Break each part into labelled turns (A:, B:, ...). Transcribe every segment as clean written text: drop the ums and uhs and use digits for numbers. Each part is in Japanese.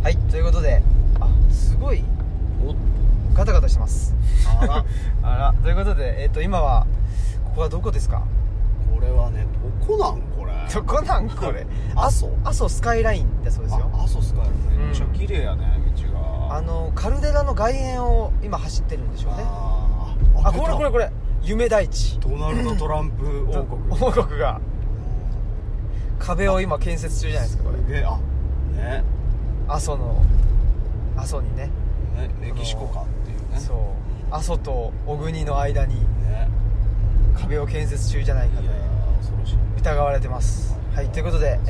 A: はい、ということで、すごいガタガタしてます。
B: あら
A: ということで、今はここはどこですか？
B: これはね、どこなんこれ。
A: どこなんこれ。
B: 阿蘇
A: スカイラインだそうですよ。
B: 阿蘇スカイライン、めっちゃ綺麗やね、道が。
A: カルデラの外苑を今走ってるんでしょうね。これ夢大地、
B: ドナルド・トランプ王国
A: 王国が壁を今建設中じゃないですか。これ
B: ね、
A: 阿蘇にね、
B: メキシコかっていうね。
A: そう、阿蘇と小国の間に
B: ね、
A: 壁を建設中じゃないかという
B: 恐ろしい
A: 疑われてます。はい、ということで、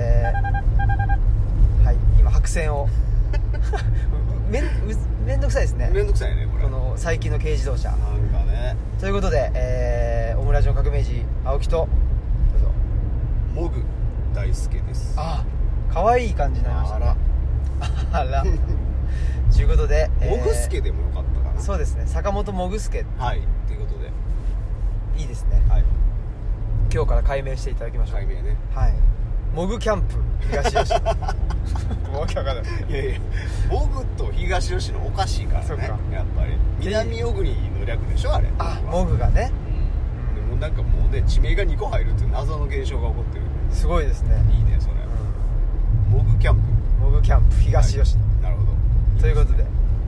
A: はい、今白線をめんどくさいですね。
B: めんどくさいねこれ。
A: この最近の軽自動車
B: なんかね。
A: ということで、オムラジオ革命児青木と、どうぞ。
B: モグ大輔です。
A: 可愛い感じになりましたね。あらということで、
B: モグスケでもよかったかな。
A: そうですね、坂本モグスケ。
B: はい、ということで
A: いいですね。
B: はい、
A: 今日から改名していただきましょう。
B: 解明ね。
A: はい、モグキャンプ東吉野もうわけわかんない。
B: いやモグと東吉野おかしいからね。
A: そうか、
B: やっぱり南小国の略でしょあれ。
A: モグがね、
B: でもなんかもうね、地名が2個入るっていう謎の現象が起こってる。
A: すごいですね。
B: いいねそれ。モグキャンプ、
A: モグキャンプ東吉野、
B: なるほど。
A: ということで、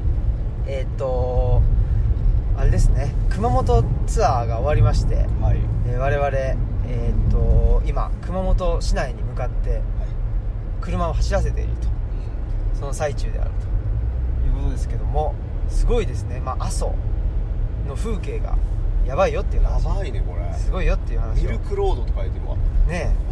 A: あれですね、熊本ツアーが終わりまして、
B: はい、
A: 我々、今熊本市内に向かって車を走らせていると、その最中であるということですけども、すごいですね。阿蘇の風景がやばいよっていう話。
B: やばいねこれ。
A: すごいよっていう話を。
B: ミルクロードと書いてるわ
A: ねえ、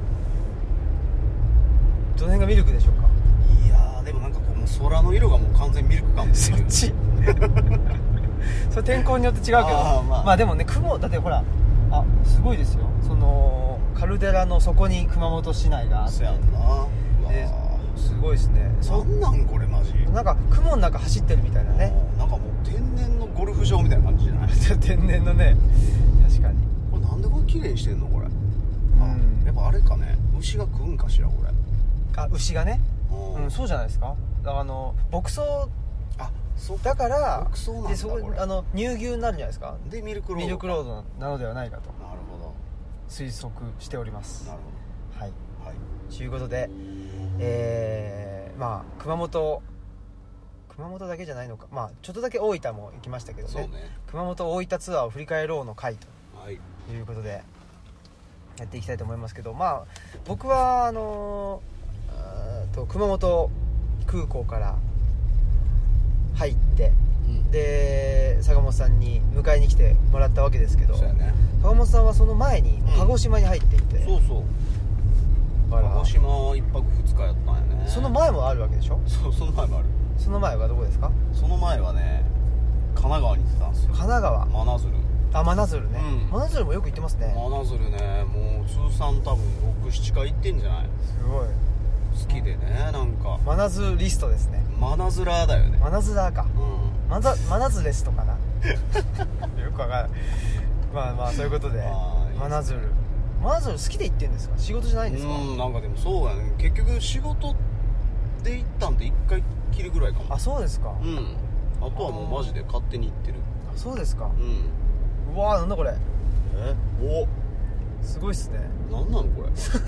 A: どの辺がミルクでしょうか。
B: いやーでもなんかこの空の色がもう完全にミルク感出てるよね。
A: そっちそれ天候によって違うけど、まあでもね、雲だってほら、すごいですよ、そのカルデラの底に熊本市内があって、
B: そうやんな。
A: すごいですね。
B: なんこれマジ
A: なんか雲の中走ってるみたいなね。
B: なんかもう天然のゴルフ場みたいな感じじゃない？
A: 天然のね、確かに。
B: これなんでこれ綺麗にしてんのこれ。やっぱあれかね、牛が食うんかしらこれ。
A: 牛がね、そうじゃないですか。牧草だから
B: 牧草なんだ
A: で、そこ乳牛になるんじゃないですか。
B: でミルクロード
A: なのではないかと。
B: なるほど、
A: 推測しております。
B: なるほど。
A: はい、
B: はい、
A: ということで、熊本だけじゃないのか、ちょっとだけ大分も行きましたけどね。
B: そうね、
A: 熊本大分ツアーを振り返ろうの会と
B: はい、
A: いうことでやっていきたいと思いますけど、僕は熊本空港から入って、で坂本さんに迎えに来てもらったわけですけど、
B: そうやね、
A: 坂本さんはその前に鹿児島に入っていて、
B: そうそう、鹿児島1泊2日やったんやね。
A: その前もあるわけでしょ。
B: そう、その前もある。
A: その前はどこですか？
B: その前はね、神奈川に行ってたんですよ。
A: 神奈川、
B: 真鶴。
A: 真鶴ね、真鶴もよく行ってますね。
B: 真鶴ね、もう通算多分6、7回行ってんじゃない？
A: すごい
B: 好きでね、なんか
A: 真鶴リストですね。
B: 真鶴だよね。
A: 真鶴か、真鶴レストかなよくわかんない。そういうことで、真鶴好きで行ってんですか？仕事じゃないんですか？
B: なんかでもそうやね、結局仕事で行ったんで1回きりぐらいかも。
A: そうですか。
B: あとはもうマジで勝手に行ってる。
A: そうですか。うわー、なんだこれ。すごいっすね。
B: なんなのこ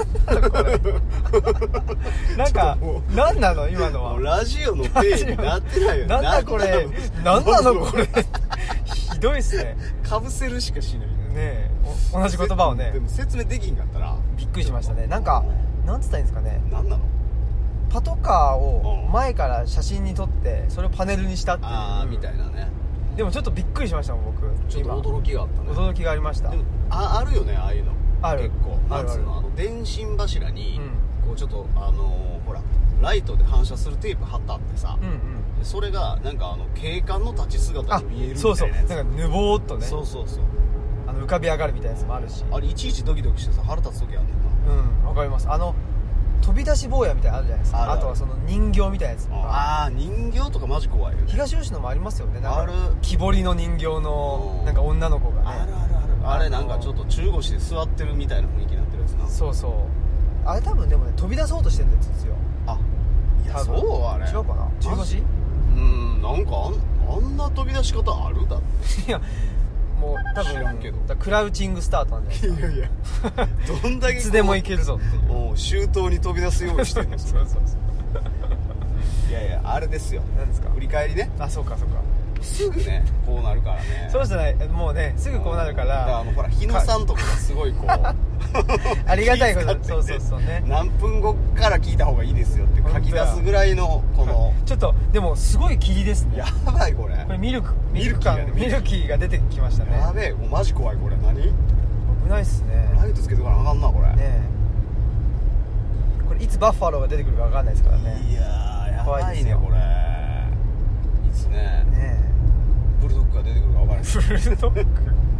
B: れ
A: なんかなんなの今のは。
B: ラジオのページになってないよ。
A: なんだこれ、なんなのこれひどいっすね。
B: かぶせるしかしない
A: ね。同じ言葉をね。
B: でも説明できんかったら
A: びっくりしましたね。なんかなんつったらいいんですかね。
B: なんなの？
A: パトカーを前から写真に撮ってそれをパネルにしたっていう
B: みたいなね。
A: でもちょっとびっくりしましたもん僕。
B: ちょっと驚きがあったね。
A: 驚きがありました。
B: でもあるよね、ああいうの。結構
A: ある
B: 電信柱にこうちょっとほらライトで反射するテープ貼ってあってさ、それがなんか警官の立ち姿に見えるみたいなやつ。
A: そうなんかぬぼーっとね、
B: そう
A: 浮かび上がるみたいなやつもあるし、
B: あれいちいちドキドキしてさ腹立つ時あんねんな。
A: わかります。飛び出し坊やみたいなのあるじゃないですか。あとはその人形みたいなやつとか。
B: 人形とかマジ怖いよね。
A: 東吉野もありますよね。
B: ある。
A: 木彫りの人形のなんか女の子がね。
B: あれなんかちょっと中腰で座ってるみたいな雰囲気になってるやつな。
A: そうあれ多分でもね、飛び出そうとしてるんですよ。
B: いやそうあれ
A: 違うかな、吊り橋
B: なんかあんな飛び出し方あるだって
A: いやもう多分
B: 知らんけど
A: クラウチングスタートなんじゃないですか。
B: いやどんだけ
A: いつでもいけるぞっていう
B: もう周到に飛び出すようにしてるの
A: そう
B: いやあれですよ、
A: 何ですか。
B: 振り返りね、
A: あ、そうか
B: すぐねこうなるからね。
A: そうじゃない、もうねすぐこうなるから
B: ほら日野さんとかがすごいこう
A: ありがたいこと
B: 気遣ってて
A: そうね、
B: 何分後から聞いた方がいいですよって書き出すぐらいのこの
A: ちょっとでもすごい霧ですね。
B: やばいこれ
A: ミルキーが出てきましたね。
B: やべえもうマジ怖いこれ。何
A: 危ないっすね。
B: ライトつけとかなあかんなこれ
A: ねこれいつバッファローが出てくるか分かんないですからね。
B: いやーやばいね
A: 怖
B: これ。いつねブルドッグが出てくるか分からない。
A: ブルドッグ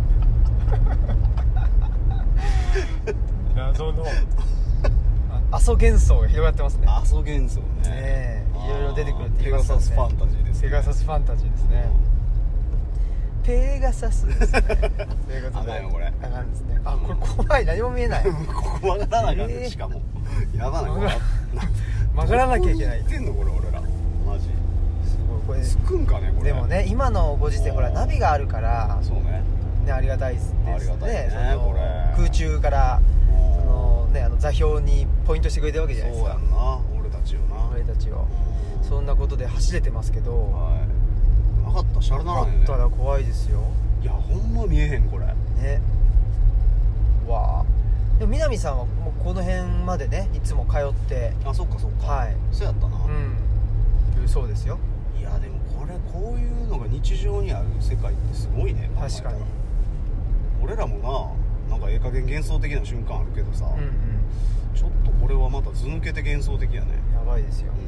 A: 謎の阿蘇幻想が広がってますね。
B: 阿蘇幻想ね
A: いろいろ出てくるって言い
B: ペガ
A: ますからね。
B: サスファンタジーですね。
A: ペガサスファンタジーですね。ペガサスですね。ということで
B: あかんよこれ。
A: あかんですね。あ、これ怖い、何も見えない。
B: ここ曲がらなきゃねしかもやばない
A: 曲がらなきゃいけない。
B: どこに行ってんのこれ俺らマジ
A: すごいこれ。
B: つくんかねこれ。
A: でもね今のご時世ほらナビがあるから
B: そうね
A: ありがたいですね。
B: ありがたいね
A: その
B: これ
A: 空中から座標にポイントしてくれてるわけじゃないですか。
B: そうやんな俺たちをな
A: 俺たちをそんなことで走れてますけど、
B: はいなかったらシャレならんよね。
A: あったら怖いですよ
B: いやほんま見えへんこれ
A: ね。わあでも南さんはもうこの辺までねいつも通って、
B: あそっか
A: はい
B: そうやったな
A: そうですよ。
B: いやでもこういうのが日常にある世界ってすごいね。
A: 確かに
B: 俺らもなんかええ加減幻想的な瞬間あるけどさ、
A: うん
B: ちょっとこれはまた図抜けて幻想的やね。
A: やばいですよ。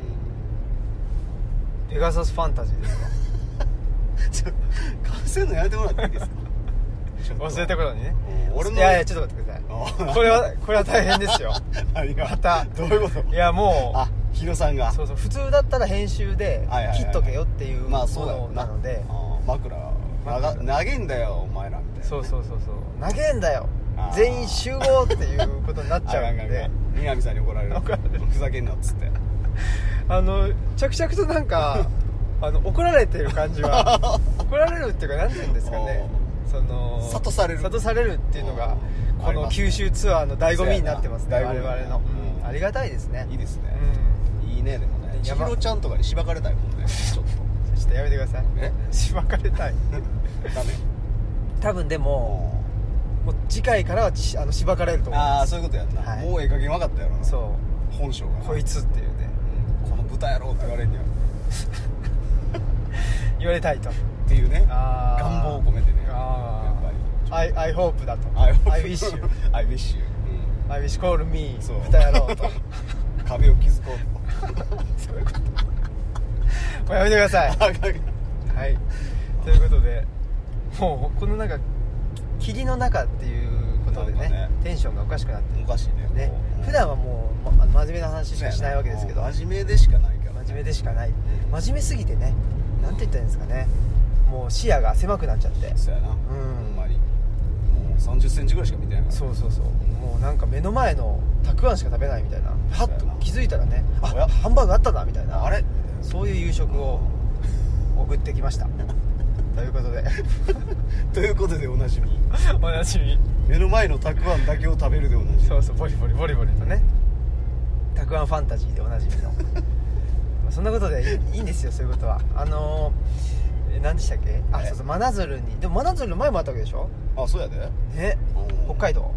A: ペガサスファンタジーですか。
B: かぶせるのやめてもらっていいですか
A: 忘れた頃にね。
B: 俺の
A: いやちょっと待ってください。これは大変ですよ。
B: 何が
A: また
B: どういうこと。
A: いやもう
B: ヒロさんが
A: そう普通だったら編集で切っとけよっていうも
B: まあそうだよ
A: のなので、
B: 枕投げんだよお前らみたいな。
A: そう投げんだよ全員集合っていうことになっちゃうんで
B: 南さんに怒られるふざけんなっつって
A: 着々となんか怒られてる感じは怒られるっていうか何て言うんですかね、
B: 諭される
A: っていうのがこの九州ツアーの醍醐味になってますね。我々のありがたいですね。
B: いいですねいいね。でもね千尋ちゃんとかにしばかれたいもんねちょっ
A: とやめてください。しばかれたい
B: ダメ
A: 多分でも次回からはしばかれると思います。
B: ああそういうことやんな、もうええ加減分かったやろな。
A: そう
B: 本性が
A: こいつっていうね、
B: この豚野郎って言われんやろ
A: 言われたいと
B: っていうね願望を込めてねやっぱり
A: I hope だと
B: I
A: wish you
B: I wish you
A: I wish call me
B: そう
A: 豚野郎と
B: 壁を築こうと
A: そういうこともうやめてくださいはいということでもうこのなんか霧の中っていうことで ねテンションがおかしくなって
B: おかしいね
A: 普段はもう真面目な話しかしないわけですけど
B: 真面目でしかないから
A: 真面目でしかない真面目すぎてねなんて言ったらいいんですかねもう視野が狭くなっちゃって
B: そうやなほんまにもう30センチぐらいしか見てないから
A: そうもうなんか目の前のたくあんしか食べないみたいなはっと気づいたらねハンバーグあったなみたいな
B: あれ
A: そういう夕食を送ってきましたということで
B: ということでおなじみ
A: おなじみ
B: 目の前のたくあんだけを食べるでおなじみ
A: そうボリボリとねたくあんファンタジーでおなじみのそんなことでいいんですよそういうことは何でしたっけそう真鶴にでも真鶴の前もあったわけでしょ
B: そうやで
A: ね北海道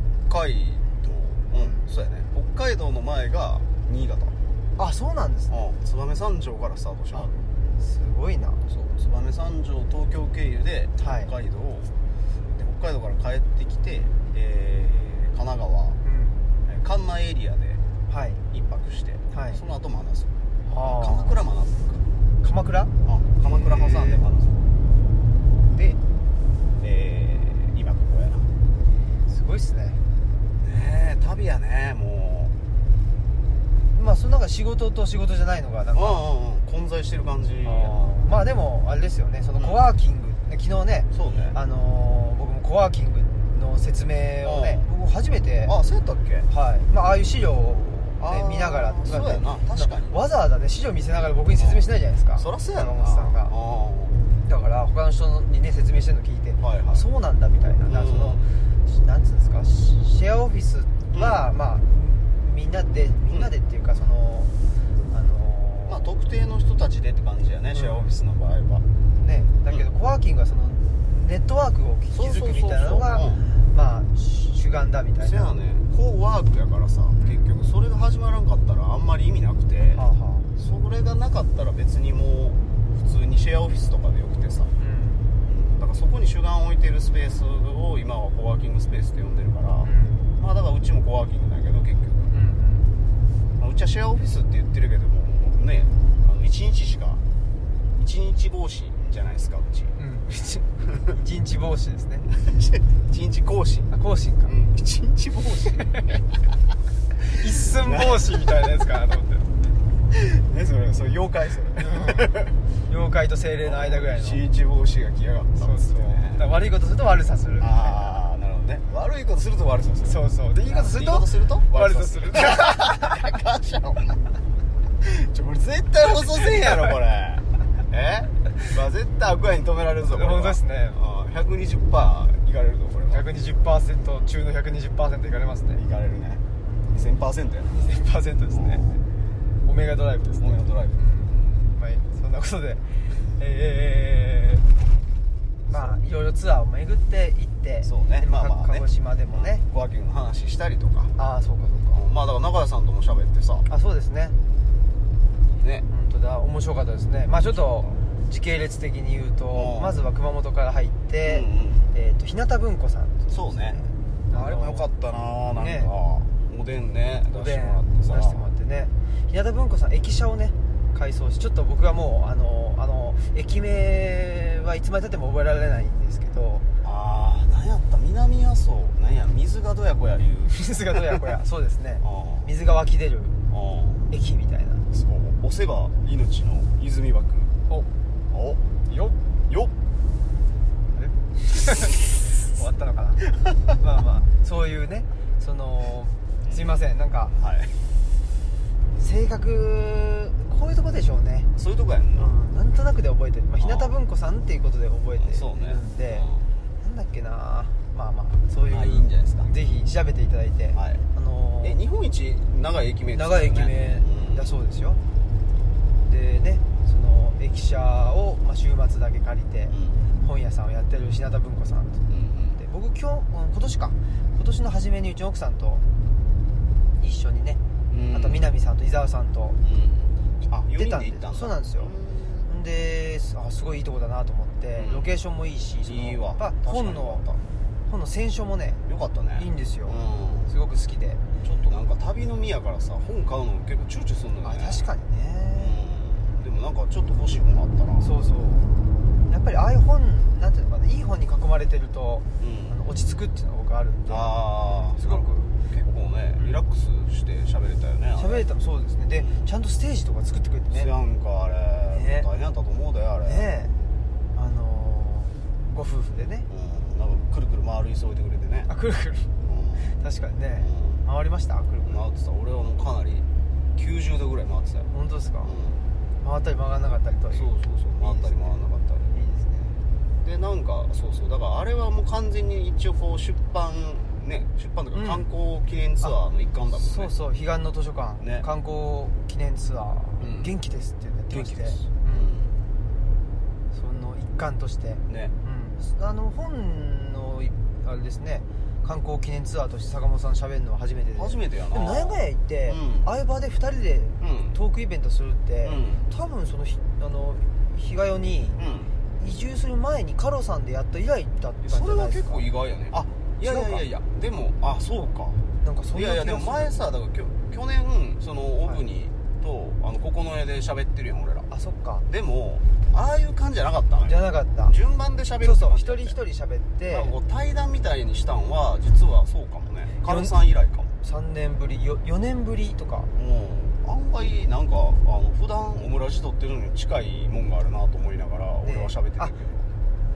B: そうやね北海道の前が新潟
A: そうなんですね
B: 燕三条からスタートしました
A: すごいな
B: そう燕三条東京経由で北海道で北海道から帰ってきて神奈川関内エリアで一泊してその後真鶴鎌倉真鶴
A: 鎌倉
B: 鎌倉挟んで真鶴で今ここやな
A: すごいっすね
B: ねえ旅やねも
A: うまあそのなんか仕事と仕事じゃないのがなんか
B: 混在してる感じ
A: まあでもあれですよねそのコワーキング昨日ね
B: そうね
A: 僕もコワーキングの説明をね僕初めて
B: そうやったっけ
A: ああいう資料を見ながらとか、
B: そうやな、確かに
A: わざわざね資料見せながら僕に説明しないじゃないですか。
B: そらそうやな、
A: 坂本さんが。だから他の人にね説明してるの聞いて、はいはい、あそうなんだみたいな。だからそのなんつうんですか、シェアオフィスは、まあみんなでっていうか、その
B: まあ特定の人たちでって感じやね、シェアオフィスの場合は
A: ね。だけどコワーキングはそのネットワークを築くみたいなのがまあ主眼だみたいな。
B: そうやね、コーワークやからさ、結局それが始まらんかったらあんまり意味なくて、それがなかったら別にもう普通にシェアオフィスとかでよくてさ、だからそこに主眼を置いてるスペースを今はコワーキングスペースって呼んでるから、まあだからうちもコワーキングだけど結局、まあ、うちはシェアオフィスって言ってるけどもね、1日講師じゃないですか、うち。
A: 1日講師ですね。
B: 1日講師。
A: 講師か。
B: 1日講師。
A: 一寸法師みたいなやつかなと思って
B: ね、それ妖怪、それ
A: 妖怪と精霊の間ぐらいの
B: 1日法師が来やがったんですね。
A: だから悪いことすると悪さするみたいな。
B: ああ、なるほどね。悪いことすると悪さする。
A: そうそう。でいいことすると悪さする。
B: ガシャン。これ絶対放送せんやろこれ。まあ絶対アクアに止められるぞこれは。
A: 本当ですね。
B: 120%いかれるぞこれは。
A: 120% 中の 120% いかれますね。
B: いかれるね。2000% やね。
A: 2000% ですね。オメガドライブですね。
B: オメガドライブ。
A: まあそんなことでまあいろいろツアーを巡って行って、
B: そうね、まあまあね、
A: 鹿児島でもね、
B: コワーキングの話したりとか。
A: ああそうかそうか。
B: まあだから中谷さんとも喋ってさ。
A: あそうですね。
B: ね、
A: 本当だ、面白かったですね。まあちょっと時系列的に言うと、まずは熊本から入って、日向文庫さん、
B: そうね、あれも良かったな、なんかね、おでんね出してもらってさ、
A: 出してもらってね、日向文庫さん駅舎をね改装し、ちょっと僕がもう駅名はいつまでたっても覚えられないんですけど、
B: 何やった、南阿蘇、何や、水がどやこやいう
A: 水がどやこやそうですね、水が湧き出る駅みたいな。
B: そう、押せば命の泉枠。およっ
A: あれ終わったのかなまあまあそういうね、そのすいません、なんか、はい、性格こういうとこでしょうね。
B: そういうとこやんな、
A: なんとなくで覚えてる、まあ、日向文庫さんっていうことで覚えてるんで、
B: そうね、
A: なんだっけな、まあまあそういう、
B: いいんじゃないですか。
A: ぜひ調べていただいて、はい、
B: 日本一長い駅名です
A: ね。長い駅名だそうですよ。でね、その駅舎を、まあ、週末だけ借りて、本屋さんをやってる日向文庫さんと、で僕今年の初めにうちの奥さんと一緒にね、あと南さんと伊沢さんと行ってたんで、そうなんですよ。ですごいいいとこだなと思って、ロケーションもいいし、
B: いいわ、
A: やっぱ本の選書もね
B: よかったね、
A: いいんですよ、すごく好きで。
B: ちょっとなんか旅の身やからさ、本買うの結構躊躇するのよね。
A: 確かにね、
B: でもなんかちょっと欲しい本あったな。
A: そうそう、やっぱりああいう本、なんていうのかな、いい本に囲まれてると、落ち着くっていうのが僕あるんで、すごく
B: 結構ね、リラックスして喋れたよね。
A: 喋れた、そうですね。でちゃんとステージとか作ってくれてね。
B: なんかあれ、大変だったと思うだよあれね。
A: ご夫婦でね、
B: なんかくるくる回り急いでくれてね。
A: くるくる、確かにね、回りました。くるくる
B: 回ってた。俺はもうかなり90度ぐらい回ってたよ。
A: 本当ですか。回ったり回らなかったりと。
B: そう回ったり回らなかったり。
A: いいですね。
B: でなんかそうだからあれはもう完全に一応こう出版とか観光記念ツアーの一環だもんね。
A: そうそう、彼岸の図書館、ね、観光記念ツアー、元気ですっていうのやってまして、その一環としてね、本のあれですね、観光記念ツアーとして坂本さん喋るのは初めてで。
B: 初めてやな。
A: でもなんやかんや言って、ああいう場で2人でトークイベントするって、多分その日帰りに移住する前にカロさんでやった以来だったんじゃないですか。
B: それは結構意外やね。いやでもそうか、なんかそういう気がする。いやでも前さ、だから去年そのオフにとここの絵で喋ってるやん俺ら。
A: そっか。
B: でもああいう感じじゃなかったのよ。
A: じゃなかった。
B: 順番で喋る。
A: そう一人一人喋って、
B: 対談みたいにしたんは実はそうかもね。カロさん以来かも。
A: 3年ぶり4年ぶりとか。
B: 案外なんか普段オムラジ撮ってるのに近いもんがあるなと思いながら俺は喋ってたけど、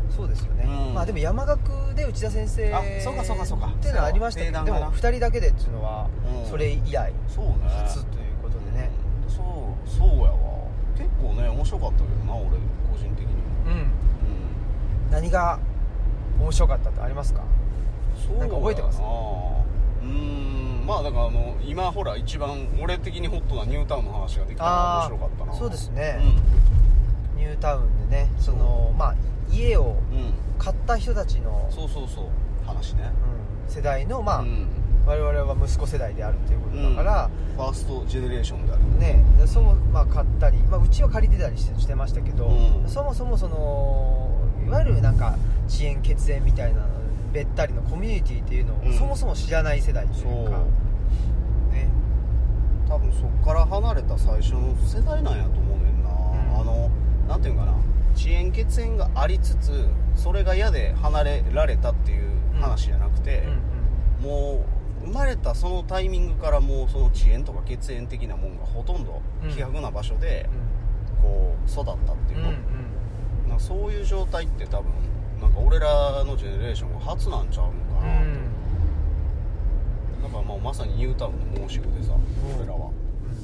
A: そうですよね、まあでも山岳で内田先生
B: そうか
A: っていうのはありましたけど、でも2人だけでっていうのはそれ以来初ということでね、
B: そうやわ。結構ね面白かったけどな、俺個人的には。
A: 何が面白かったってありますか？なんか覚えてます？
B: まあだから今ほら一番俺的にホットなニュータウンの話ができたのが面白かったな。
A: そうですね、ニュータウンでね、まあ家を買った人たちの
B: そう話ね、
A: 世代のまあ、我々は息子世代であるということだから、
B: ファーストジェネレーションである
A: ね、まあ買ったり、まあ、うちは借りてたりしてましたけど、そもそもいわゆるなんか遅延血縁みたいなべったりのコミュニティっていうのをそもそも知らない世代というか、ね、
B: 多分そっから離れた最初の世代なんやと思うねんな、なんていうんかな、遅延血縁がありつつそれが嫌で離れられたっていう話じゃなくて、もう生まれたそのタイミングからもうその遅延とか血縁的なもんがほとんど希薄な場所でこう育ったっていうの、なんかそういう状態って多分なんか俺らのジェネレーションが初なんちゃうのかなと、だからまあまさにニュータウンの申し子でさ、俺らは、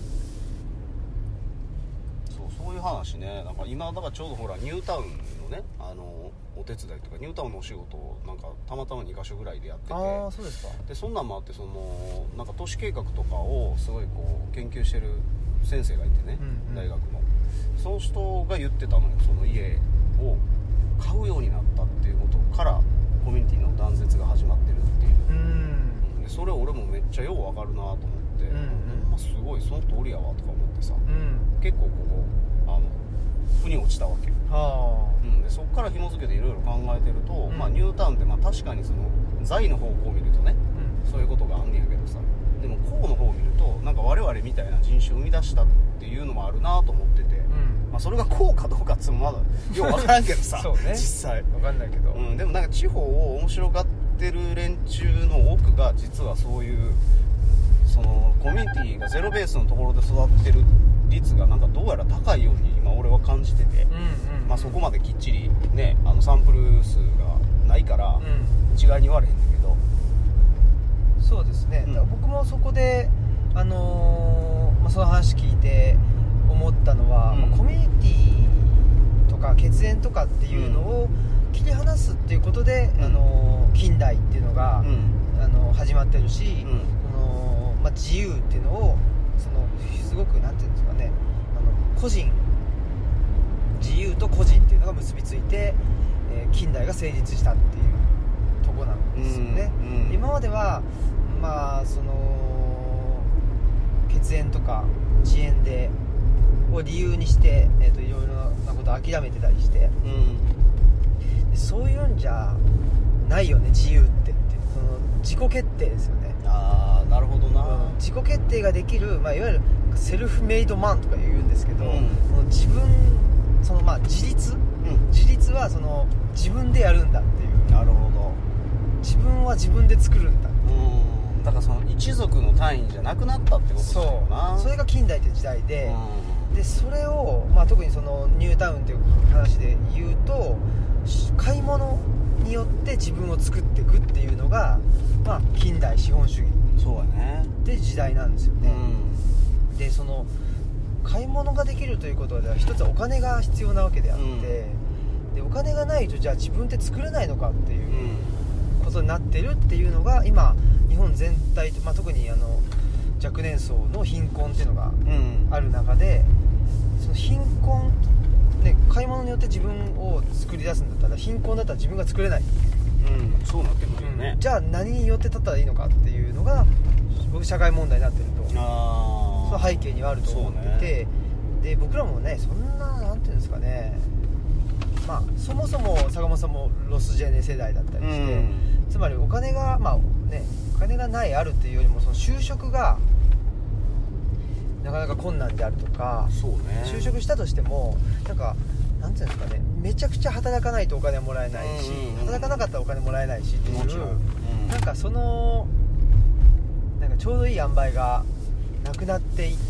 B: そういう話ね。なんか今だからちょうどほらニュータウンのねお手伝いとかニュータウンのお仕事をなんかたまたま2カ所ぐらいでやってて、
A: そうですか。
B: でそんなんもあってなんか都市計画とかをすごいこう研究してる先生がいてね、大学のその人が言ってたのよ、その家を買うようになったっていうことからコミュニティの断絶が始まってるっていう、でそれ俺もめっちゃようわかるなと思って、すごいその通りやわとか思ってさ、結構ここ腑に落ちたわけ、でそっから紐付けていろいろ考えてると、まあ、ニュータウンってまあ確かにその財の方向を見るとね、そういうことがあんねやけどさ、でも公の方を見るとなんか我々みたいな人種を生み出したっていうのもあるなと思ってて、まあ、それが公かどうかっつうのまだよう分からんけどさ
A: そうね、
B: 実際
A: 分かんないけど、
B: でもなんか地方を面白がってる連中の多くが実はそういうそのコミュニティがゼロベースのところで育ってる率がなんかどうやら高いように今俺は感じてて、まあ、そこまできっちりねサンプル数がないから一概に言われへんだけど、
A: そうですね、僕もそこでまあ、その話聞いて思ったのは、コミュニティとか血縁とかっていうのを切り離すっていうことで、近代っていうのが、始まってるし、まあ、自由っていうのをすごくなんていうんですかね、自由と個人っていうのが結びついて、近代が成立したっていうところなんですよね、今まではまあ血縁とか遅延を理由にして、いろいろなことを諦めてたりして、そういうんじゃないよね自由ってその自己決定ですよね。
B: なるほどな、
A: 自己決定ができる、まあ、いわゆるセルフメイドマンとか言うんですけど、自分まあ自立は自分でやるんだっていう。
B: なるほど、
A: 自分は自分で作るんだ。
B: だからその一族の単位じゃなくなったってことだよな。
A: それが近代って時代で、それを、まあ、特にニュータウンっていう話で言うと、買い物によって自分を作っていくっていうのが、まあ、近代資本主義って時代なんですよね。で買い物ができるということは一つはお金が必要なわけであって、でお金がないとじゃあ自分って作れないのかっていうことになってるっていうのが今日本全体と、まあ、特に若年層の貧困っていうのがある中で、その貧困、ね、買い物によって自分を作り出すんだったら貧困だったら自分が作れない、
B: そうなってくるよね、
A: じゃあ何によって立ったらいいのかっていうのが僕社会問題になってると、その背景にはあると思っていて、で僕らもねそんななんていうんですかね、まあそもそも坂本さんもロスジェネ世代だったりして、つまりお金がまあねお金がないあるっていうよりも就職がなかなか困難であるとか、就職したとしてもなんていうんですかね、めちゃくちゃ働かないとお金はもらえないし、働かなかったらお金もらえないしっていう、なんかちょうどいい塩梅がなくなっていって、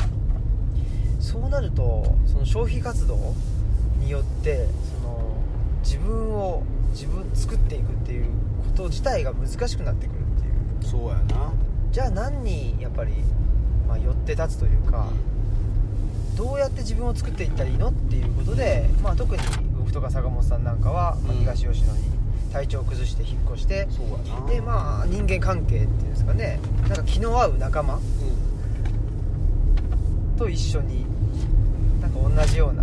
A: そうなると消費活動によって自分作っていくっていうこと自体が難しくなってくるっていう。
B: そうやな。
A: じゃあ何にやっぱり、寄って立つというか、どうやって自分を作っていったらいいのっていうことで、特に僕とか坂本さんなんかは、東吉野に体調を崩して引っ越して、
B: そうやな。
A: で人間関係っていうんですかね、なんか気の合う仲間、と一緒になんか同じような、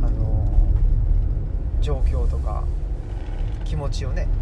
A: 状況とか気持ちをね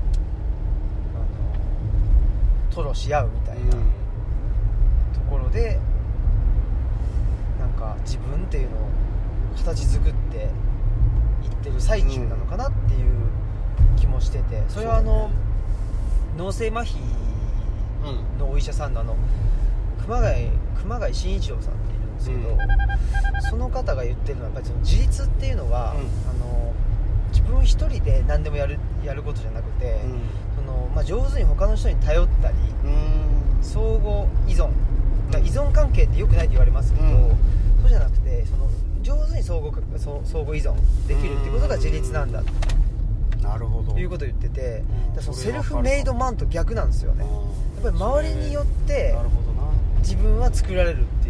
A: 吐露し合うみたいなところで、なんか自分っていうのを形作っていってる最中なのかなっていう気もしてて、それは脳性麻痺のお医者さんの熊谷慎一郎さんっているんですけど、その方が言ってるのはやっぱりその自立っていうのは、自分一人で何でもやることじゃなくて、上手に他の人に頼ったり、相互依存、依存関係って良くないって言われますけど、そうじゃなくて上手に相互依存できるってことが自立なんだって
B: なるほど
A: いうことを言ってて、そのセルフメイドマンと逆なんですよね。やっぱり周りによって自分は作られるっていう。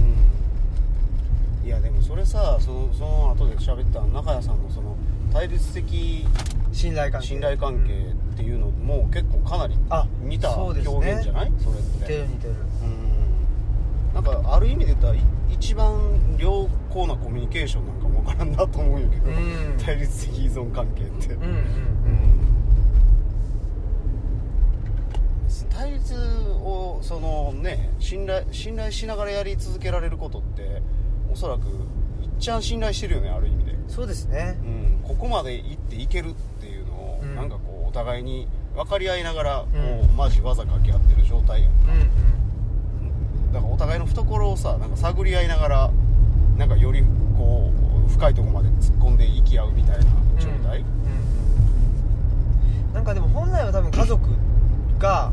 B: いやでもそれさ、その後で喋った中谷さんのその対立的
A: 信頼関係
B: っていうのも結構かなり似た表現じゃない？それって
A: 似てる。
B: なんかある意味で言ったら一番良好なコミュニケーションなんかもわからんなと思うんやけど、対立的依存関係って対立を信頼しながらやり続けられることっておそらくいっちゃん信頼してるよね、ある意味で。
A: そうですね、
B: ここまで行っていけるっていうのを、なんかこうお互いに分かり合いながらこう、マジ技かけ合ってる状態やんか、だからお互いの懐をさなんか探り合いながらなんかよりこう深いところまで突っ込んでいき合うみたいな状態、
A: なんかでも本来は多分家族が、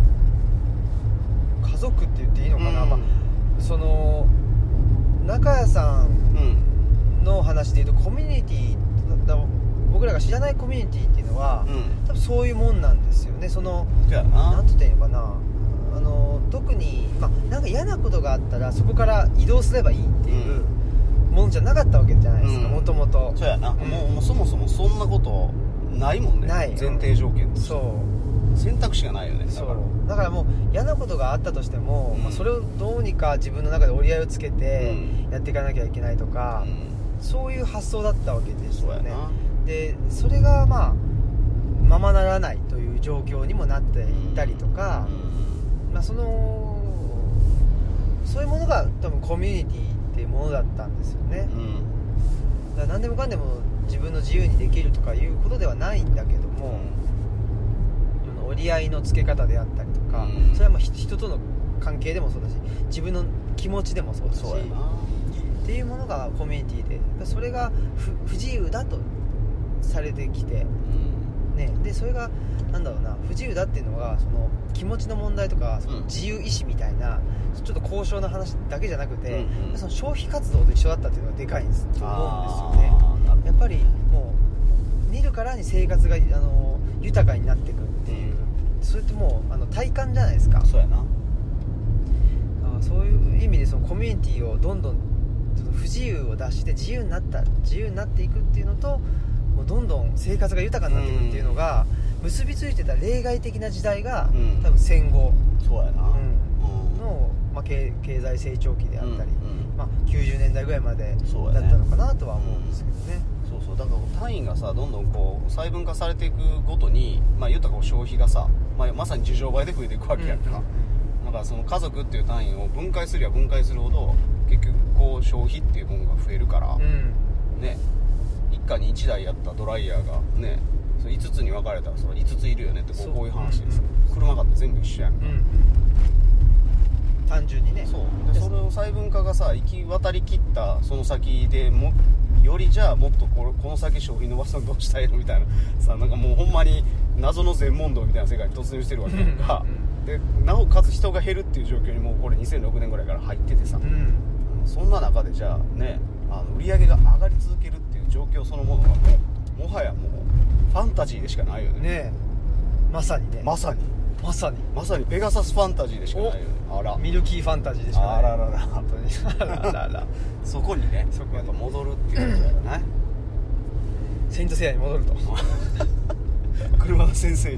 A: 家族って言っていいのかな、その中谷さんの話で言うとコミュニティ、僕らが知らないコミュニティっていうのは、多分そういうもんなんですよね。なんて言っていいのかな、特に、なんか嫌なことがあったらそこから移動すればいいっていうもんじゃなかったわけじゃないですか、もともと。
B: そうやな、もうそもそもそんなことないもんね。前提条件として選択肢がないよね。
A: だからもう嫌なことがあったとしても、それをどうにか自分の中で折り合いをつけてやっていかなきゃいけないとか、そういう発想だったわけですよね。でそれがままならないという状況にもなっていったりとか、そういうものが多分コミュニティっていうものだったんですよね。だから何でもかんでも自分の自由にできるとかいうことではないんだけども、折り合いのつけ方であったりとか、それは人との関係でもそうだし、自分の気持ちでもそうだしっていうものがコミュニティで、それが不自由だとされてきて、でそれが不自由だっていうのがその気持ちの問題とか、その自由意志みたいなちょっと高尚な話だけじゃなくて、その消費活動と一緒だったっていうのがでかいんですと思うんですよね。やっぱりもう見るからに生活が豊かになっていくっていう、それってもう体感じゃないですか。
B: そうやな。
A: そういう意味でそのコミュニティをどんどん不自由を脱して自由になっていくっていうのと、もうどんどん生活が豊かになっていくっていうのが結びついてた例外的な時代が、多分戦後の、経済成長期であったり、90年代ぐらいまでだったのかなとは思うんですけどね。
B: だから単位がさどんどんこう細分化されていくごとに、言ったら消費がさ、まさに10乗倍で増えていくわけやんか。だからその家族っていう単位を分解すれば分解するほど結局こう消費っていうものが増えるから、ね、一家に1台やったドライヤーがね、それ5つに分かれたらそれ5ついるよねってこういう話です。車買って全部一緒やんか、
A: 単純にね。
B: でそれを細分化がさ行き渡りきったその先でもよりじゃあもっとこの先消費伸ばすのどうしたいのみたいなさ、なんかもうほんまに謎の全問答みたいな世界に突入してるわけやんかでなおかつ人が減るっていう状況にもうこれ2006年ぐらいから入っててさ、そんな中でじゃあね売り上げが上がり続けるっていう状況そのものがもうもはやもうファンタジーでしかないよね。
A: ねえ、まさにね、
B: まさにペガサスファンタジーでしかないよね。あら、
A: ミルキーファンタジーでしかない。
B: あららら、
A: 本当にあららら
B: そこにね、
A: そこに
B: やっぱ戻るっていうことだよね。
A: セイントセイヤに戻ると
B: 車の先生に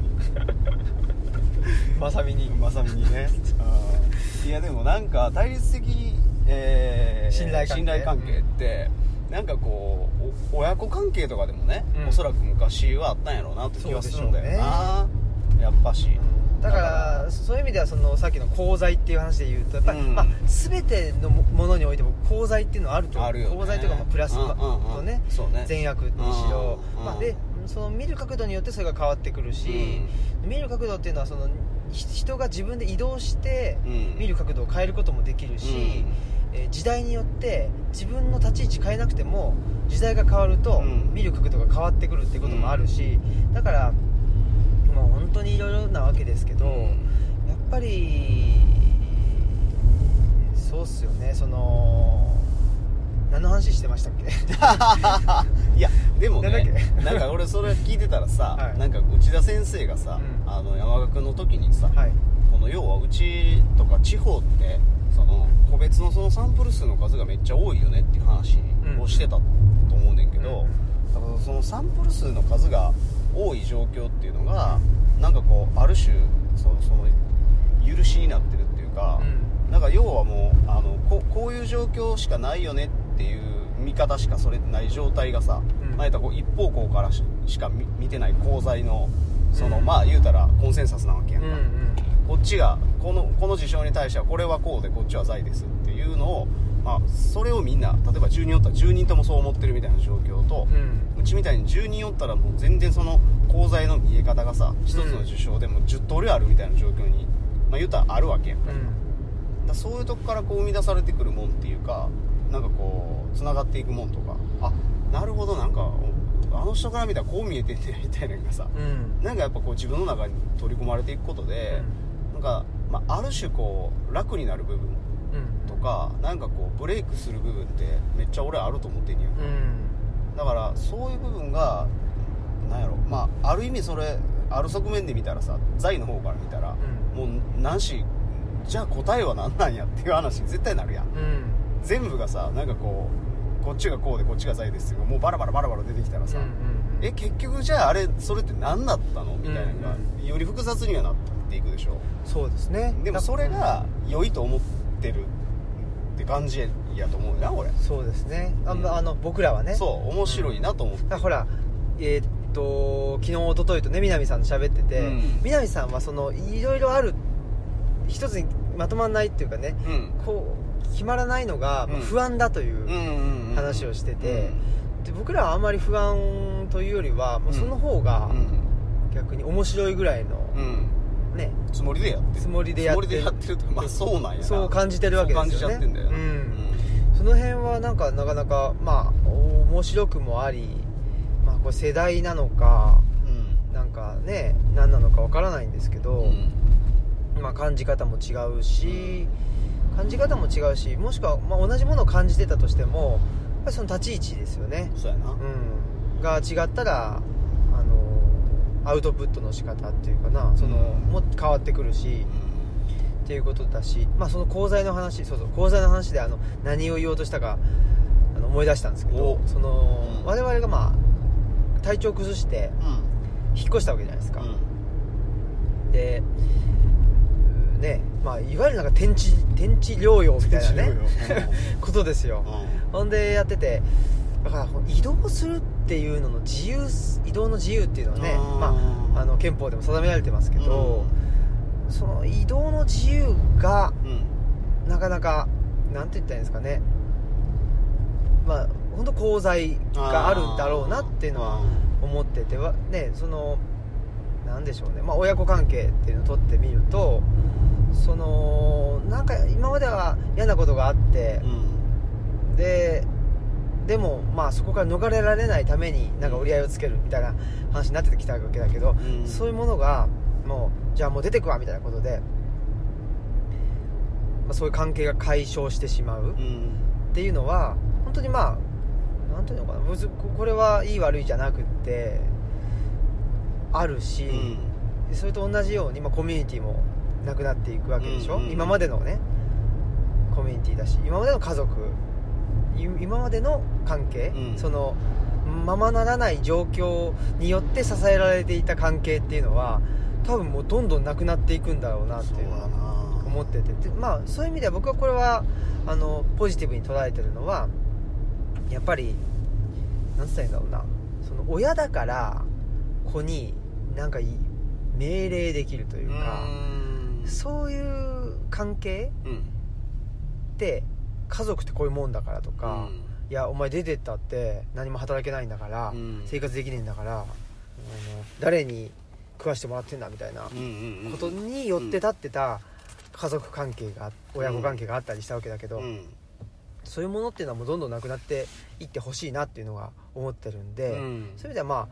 A: まさみに
B: ねいやでもなんか対立的、
A: 信頼
B: 関係って、なんかこう親子関係とかでもね、おそらく昔はあったんやろうなって気がするんだよな、やっぱし。
A: だからそういう意味ではそのさっきの功罪っていう話で言うとやっぱり、全てのものにおいても功罪っていうのはあると思う。功罪というかプラスとね、善悪にしろ、でその見る角度によってそれが変わってくるし、見る角度っていうのはその人が自分で移動して見る角度を変えることもできるし、時代によって自分の立ち位置変えなくても時代が変わると見る角度が変わってくるっていうこともあるし、だからもう本当にいろいろなわけですけど、やっぱりそうっすよね。その何の話してましたっけ
B: いやでもね、なんか俺それ聞いてたらさ、なんか内田先生がさ、山岳の時にさ、この要はうちとか地方ってその個別のそのサンプル数の数がめっちゃ多いよねっていう話をしてたと思うねんけど、だからそのサンプル数の数が多い状況っていうのがなんかこうある種その許しになってるっていうか、なんか要はもうこういう状況しかないよねっていう見方しかそれない状態がさ、言ったらこう一方向からしか見てない功罪のその、言うたらコンセンサスなわけやんか、こっちがこの事象に対してはこれはこうでこっちは罪ですっていうのを、それをみんな例えば10人おったら10人ともそう思ってるみたいな状況と、うちみたいに10人おったらもう全然その功罪の見え方がさ一つの事象でも10通りあるみたいな状況に、言うたらあるわけやんか、だそういうとこからこう生み出されてくるもんっていうか、なんかこうつながっていくもんとか、なるほど、なんかあの人から見たらこう見えてんねみたいなのがさ、なんかやっぱこう自分の中に取り込まれていくことで、なんか、ある種こう楽になる部分とか、なんかこうブレイクする部分ってめっちゃ俺あると思ってんねやんか、だからそういう部分がなんやろ、ある意味それある側面で見たらさ、財の方から見たら、もう何しじゃあ答えは何なんやっていう話に絶対なるやん、全部がさ、なんかこっちがこうでこっちが財ですよ、もうバラバラ出てきたらさ、結局じゃあそれって何だったのみたいなのが、より複雑にはなっていくでしょ。
A: そうですね。
B: でもそれが良いと思ってるって感じやと思うよな俺。
A: そうですね、僕らはね、
B: そう面白いなと思って、
A: ほら昨日一昨日とね南さんと喋ってて、南さんはそのいろいろある一つにまとまらないっていうかね、こう決まらないのが不安だという話をしてて、で僕らはあんまり不安というよりはもうその方が逆に面白いぐらいの、ね、
B: つもりでやってると、そうなんやな、
A: そう感じてるわけですよね。
B: そう感じちゃってんだよな、
A: その辺はなかなか面白くもあり、これ世代なのか、なんかね何なのかわからないんですけど、感じ方も違うし、もしくは、同じものを感じてたとしてもやっぱりその立ち位置ですよね。
B: そうやな、
A: が違ったらアウトプットの仕方っていうかな、も変わってくるし、っていうことだし、その功罪の話、功罪の話で何を言おうとしたか思い出したんですけど、我々が体調崩して引っ越したわけじゃないですか、でね、いわゆるなんか天地療養みたいなねことですよ、ほんでやってて、だから移動するっていうのの移動の自由っていうのはね、憲法でも定められてますけど、その移動の自由が、なかなかなんて言ったらいいんですかね、本当功罪があるんだろうなっていうのは思ってて、ね、なんでしょうね、親子関係っていうのを取ってみると、なんか今までは嫌なことがあって、でもそこから逃れられないためになんか折り合いをつけるみたいな話になってきたわけだけど、そういうものがじゃあもう出てくわみたいなことで、そういう関係が解消してしまうっていうのは本当になんていうのかな、これはいい悪いじゃなくってあるし、それと同じように、コミュニティもなくなっていくわけでしょ、今までのねコミュニティだし、今までの家族、今までの関係、そのままならない状況によって支えられていた関係っていうのは多分もうどんどんなくなっていくんだろうなっていうのは思ってて、そういう意味では僕はこれはポジティブに捉えてるのは、やっぱりなんて言ったらいいんだろうな、その親だから子になんか命令できるというか、そういう関係って家族ってこういうもんだからとか、いやお前出てったって何も働けないんだから、生活できねえんだから、誰に食わしてもらってんだみたいなことによって立ってた家族関係が、親子関係があったりしたわけだけど、そういうものっていうのはもうどんどんなくなっていってほしいなっていうのが思ってるんで、そういう意味では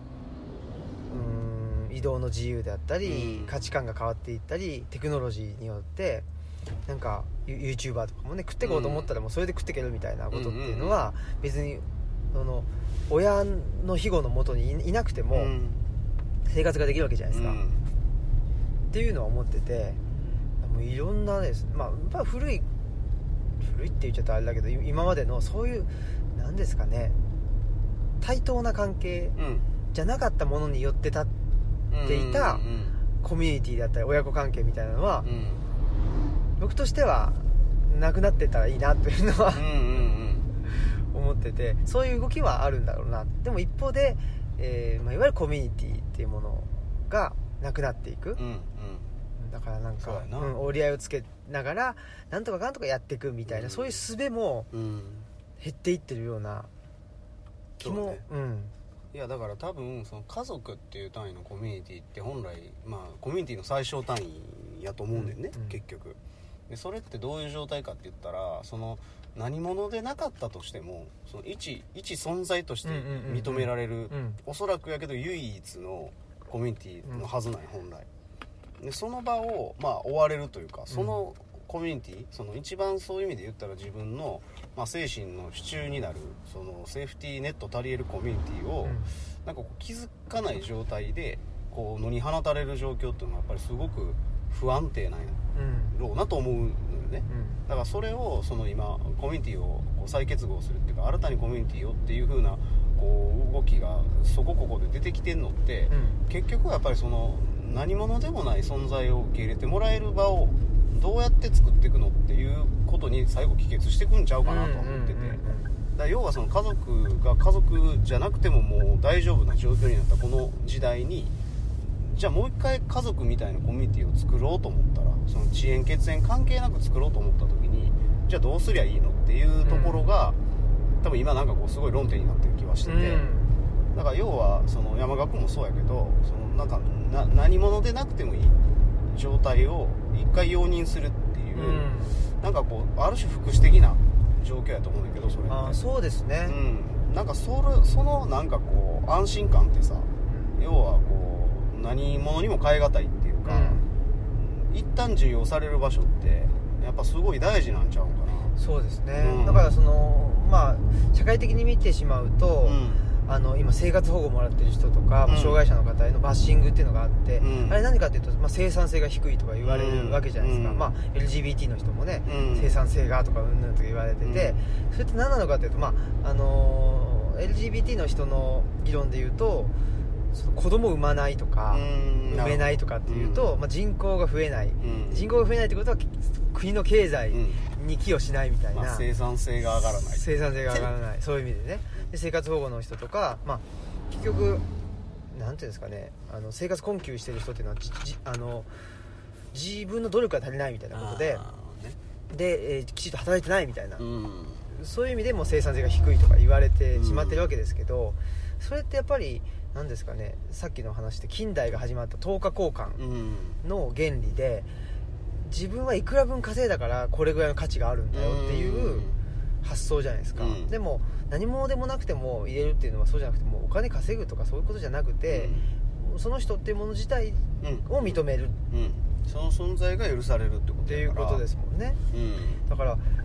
A: 移動の自由であったり、価値観が変わっていったり、テクノロジーによってなんか YouTuber とかもね、食っていこうと思ったらもうそれで食っていけるみたいなことっていうのは、別に親の庇護のもとにいなくても生活ができるわけじゃないですか、っていうのは思ってて、もういろんなです、やっぱ古いって言っちゃったらあれだけど、今までのそういうなんですかね、対等な関係じゃなかったものによって立っていたコミュニティだったり親子関係みたいなのは、僕としてはなくなってったらいいなというのは思ってて、そういう動きはあるんだろうな。でも一方で、いわゆるコミュニティっていうものがなくなっていく、だからなんか折り合いをつけながらなんとかかんとかやっていくみたいな、そういう術も減っていってるような気も、
B: いやだから多分その家族っていう単位のコミュニティって本来、コミュニティの最小単位やと思うねんね、結局で。それってどういう状態かって言ったら、その何者でなかったとしてもその一存在として認められる、おそらくやけど唯一のコミュニティのはずない、本来で。その場を追われるというか、そのコミュニティ、その一番そういう意味で言ったら自分の、精神の支柱になるそのセーフティーネット足り得るコミュニティを、なんかこう気づかない状態でこう野に放たれる状況っていうのはやっぱりすごく不安定なんやろうなと思うのよね、だからそれをその今コミュニティをこう再結合するっていうか、新たにコミュニティをっていう風なこう動きがそこで出てきてんのって、結局はやっぱりその何者でもない存在を受け入れてもらえる場をどうやって作っていくのっていうことに最後帰結してくんちゃうかなと思ってて、だから要はその家族が家族じゃなくてももう大丈夫な状況になったこの時代に、じゃあもう一回家族みたいなコミュニティを作ろうと思ったら、その遅延血縁関係なく作ろうと思った時に、じゃあどうすりゃいいのっていうところが、多分今なんかこうすごい論点になってる気はしてて、だから要はその山岳もそうやけど、そのなんか何者でなくてもいい状態を一回容認するっていう、なんかこうある種福祉的な状況やと思うんだけど、それって
A: そうですね、
B: なんかそのなんかこう安心感ってさ、要はこう何者にも代え難いっていうか、一旦受容される場所ってやっぱすごい大事なんちゃうかな。
A: そうですね、だからその社会的に見てしまうと、今生活保護もらってる人とか、障害者の方へのバッシングっていうのがあって、あれ何かっていうと、生産性が低いとか言われるわけじゃないですか、LGBT の人もね、生産性がとかうんぬんとか言われてて、それって何なのかっていうと、LGBT の人の議論で言うと、その子供を産まないとか産めないとかっていうと、人口が増えない、人口が増えないってことは国の経済に寄与しないみたいな、
B: 生産性が上がらない、
A: そういう意味でね。で生活保護の人とか、結局なんていうんですかね、生活困窮してる人っていうのは自分の努力が足りないみたいなことで、きちっと働いてないみたいな、そういう意味でも生産性が低いとか言われてしまってるわけですけど、それってやっぱりなんですかね、さっきの話で近代が始まった等価交換の原理で、自分はいくら分稼いだからこれぐらいの価値があるんだよっていう発想じゃないですか、でも何者でもなくても入れるっていうのはそうじゃなくて、もうお金稼ぐとかそういうことじゃなくて、その人っていうもの自体を認める、
B: その存在が許されるってことだから
A: っていうことですもんね、だから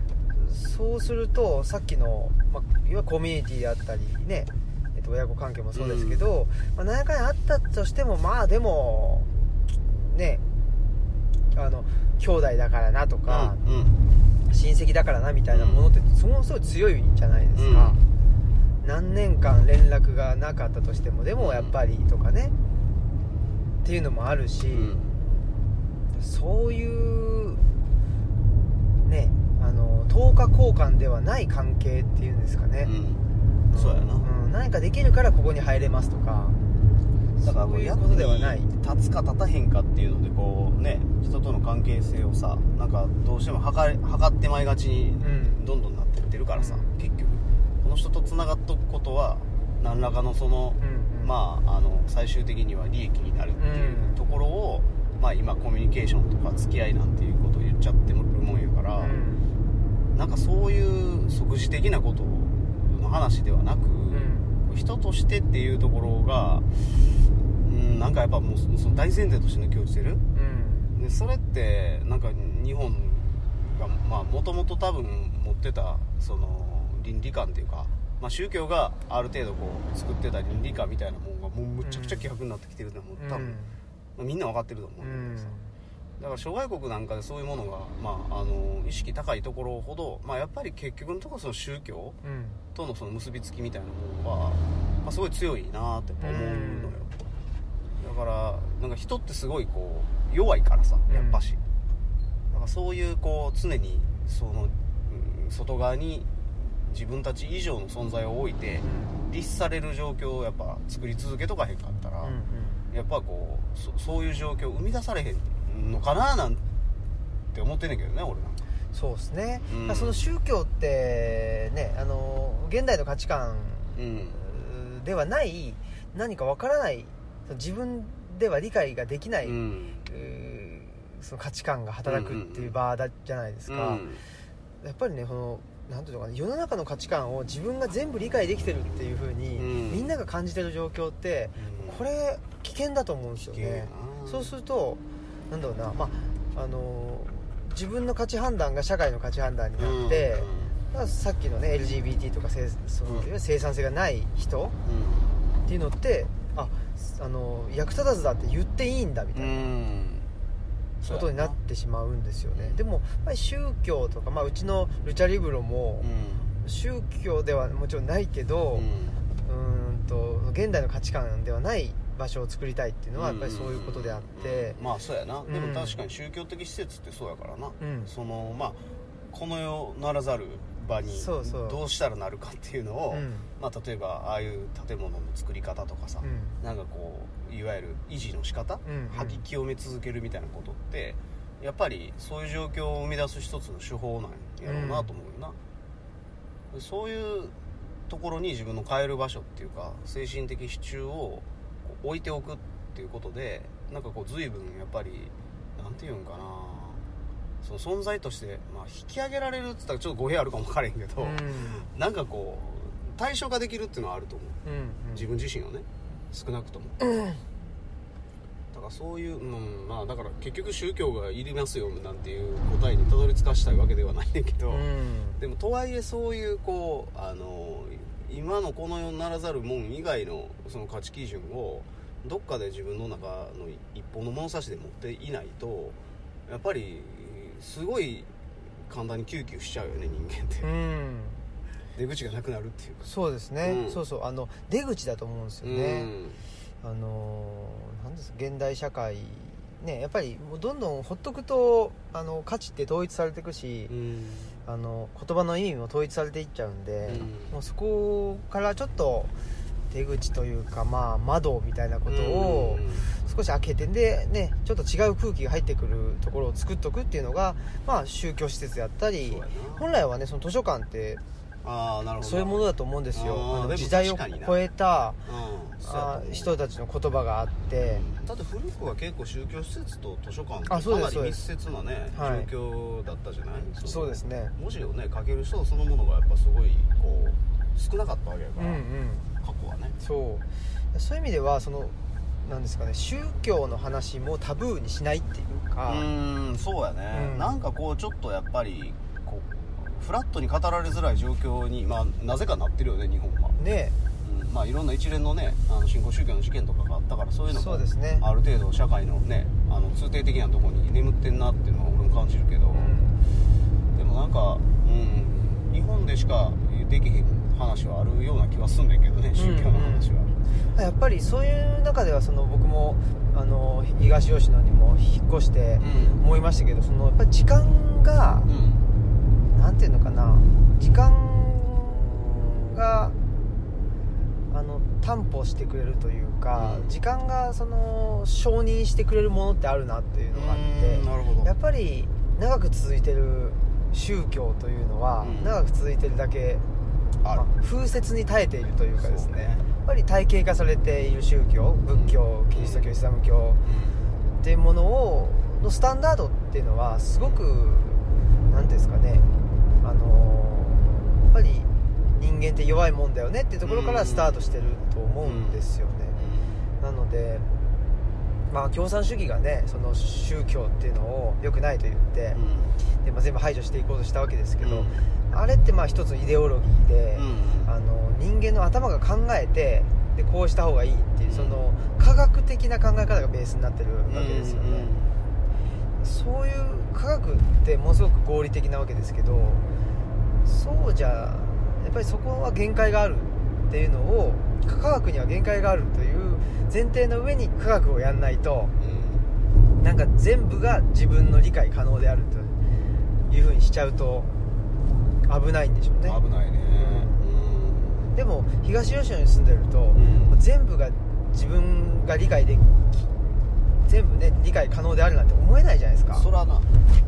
A: そうするとさっきの、いわゆるコミュニティであったりね、親子関係もそうですけど、何やかんやあったとしてもでもね、兄弟だからなとか、親戚だからなみたいなものってすごい強いじゃないですか、何年間連絡がなかったとしてもでもやっぱりとかねっていうのもあるし、そういうね等価交換ではない関係っていうんですかね、
B: そうやな、
A: 何かできるからここに入れますとか、
B: だから
A: そういうことではない、
B: 立つか立たへんかっていうのでこうね、人との関係性をさ、なんかどうしても測ってまいがちにどんどんなってってるからさ、結局この人とつながっとくことは何らかのその、最終的には利益になるっていうところを、今コミュニケーションとか付き合いなんていうことを言っちゃってるもんやから、なんかそういう即時的なことの話ではなく、人としてっていうところが、なんかやっぱもうその大前提として抜き落ちてる、でそれってなんか日本がもともと多分持ってたその倫理観っていうか、宗教がある程度こう作ってた倫理観みたいなもんがもうむちゃくちゃ希薄になってきてるのはもう多分、みんな分かってると思うんだけどさ、だから諸外国なんかでそういうものが、意識高いところほど、やっぱり結局のところその宗教とのその結びつきみたいなものは、すごい強いなってやっぱ思うのよ、だからなんか人ってすごいこう弱いからさ、やっぱし、だからそういうこう常にその、外側に自分たち以上の存在を置いて律される状況をやっぱ作り続けとかへんかったら、やっぱこうそういう状況を生み出されへんのかななんて思ってんねんけどね、俺なんか。
A: そうですね、その宗教ってね、現代の価値観ではない何かわからない、自分では理解ができない、その価値観が働くっていう場じゃないですか、やっぱりね、なんていうのかな、世の中の価値観を自分が全部理解できてるっていう風に、みんなが感じてる状況って、これ危険だと思うんですよね。そうするとなんだろうな、自分の価値判断が社会の価値判断になって、さっきのね LGBT とかその生産性がない人っていうのって、役立たずだって言っていいんだみたいなことになってしまうんですよね。でもやっぱり宗教とか、うちのルチャリブロも宗教ではもちろんないけど、現代の価値観ではない場所を作りたいっていうのはやっぱりそういうことであって、
B: そうやな。でも確かに宗教的施設ってそうやからな、そのこの世ならざる場にどうしたらなるかっていうのを、例えばああいう建物の作り方とかさ、なんかこういわゆる維持の仕方、吐き清め続けるみたいなことってやっぱりそういう状況を生み出す一つの手法なんやろうなと思うよな、そういうところに自分の変える場所っていうか精神的支柱を置いておくっていうことで、なんかこう随分やっぱりなんていうんかな、その存在として、引き上げられるって言ったらちょっと語弊あるかも分からへんけど、なんかこう対象化できるっていうのはあると思う、自分自身をね、少なくとも、だからそういう、だから結局宗教がいりますよなんていう答えにたどり着かしたいわけではないねんけど、でもとはいえそういうこう今のこの世ならざるもん以外のその価値基準をどっかで自分の中の一本の物差しで持っていないと、やっぱりすごい簡単にキューキューしちゃうよね、人間って、出口がなくなるっていうか。
A: そうですね、出口だと思うんですよね、なんですか、現代社会ね、やっぱりもうどんどんほっとくと価値って統一されていくし、言葉の意味も統一されていっちゃうんで、もうそこからちょっと出口というか、窓みたいなことを少し開けて、でね、ちょっと違う空気が入ってくるところを作っとくっていうのが、宗教施設であったり、本来はね、その図書館ってそういうものだと思うんですよ。時代を超えた人たちの言葉があって、
B: だって古くは結構宗教施設と図書館ってかなり密接なね状況だったじゃない。
A: そうですね。
B: 文字をね書ける人そのものがやっぱすごいこう少なかったわけだから、過去はね。
A: そういう意味ではなんですかね、宗教の話もタブーにしないっていうか、
B: そうやね、なんかこうちょっとやっぱりこフラットに語られづらい状況に、まあ、なぜかなってるよね日本は
A: ね。
B: まあ、いろんな一連のね新興宗教の事件とかがあったからそういうのも
A: そうですね、
B: ある程度社会のね通底的なところに眠ってんなっていうのは俺も感じるけど、でもなんか、日本でしかできへん話はあるような気はすんねんけどね、宗教の話は、
A: やっぱりそういう中では僕も東吉野にも引っ越して思いましたけど、やっぱり時間が、なんていうのかな、時間が担保してくれるというか、時間が承認してくれるものってあるなっていうのがあって、
B: なるほど。
A: やっぱり長く続いてる宗教というのは、長く続いてるだけ、風雪に耐えているというかですね、やっぱり体系化されている宗教、仏教、キリスト教、イスラム教っていうもののスタンダードっていうのはすごくなんていうんですかね、やっぱり人間って弱いもんだよねっていうところからスタートしてると思うんですよね。なので、共産主義がね、その宗教っていうのを良くないと言って、で全部排除していこうとしたわけですけど、あれって一つのイデオロギーで、人間の頭が考えて、でこうした方がいいっていう、その科学的な考え方がベースになってるわけですよね。そういう科学ってものすごく合理的なわけですけど、そうじゃやっぱりそこは限界があるっていうのを、科学には限界があるという前提の上に科学をやんないと、なんか全部が自分の理解可能であるという風にしちゃうと危ないんでしょうね。
B: 危ないね、
A: でも東吉野に住んでると、全部が自分が理解でき、全部ね理解可能であるなんて思えないじゃないですか。
B: そらな、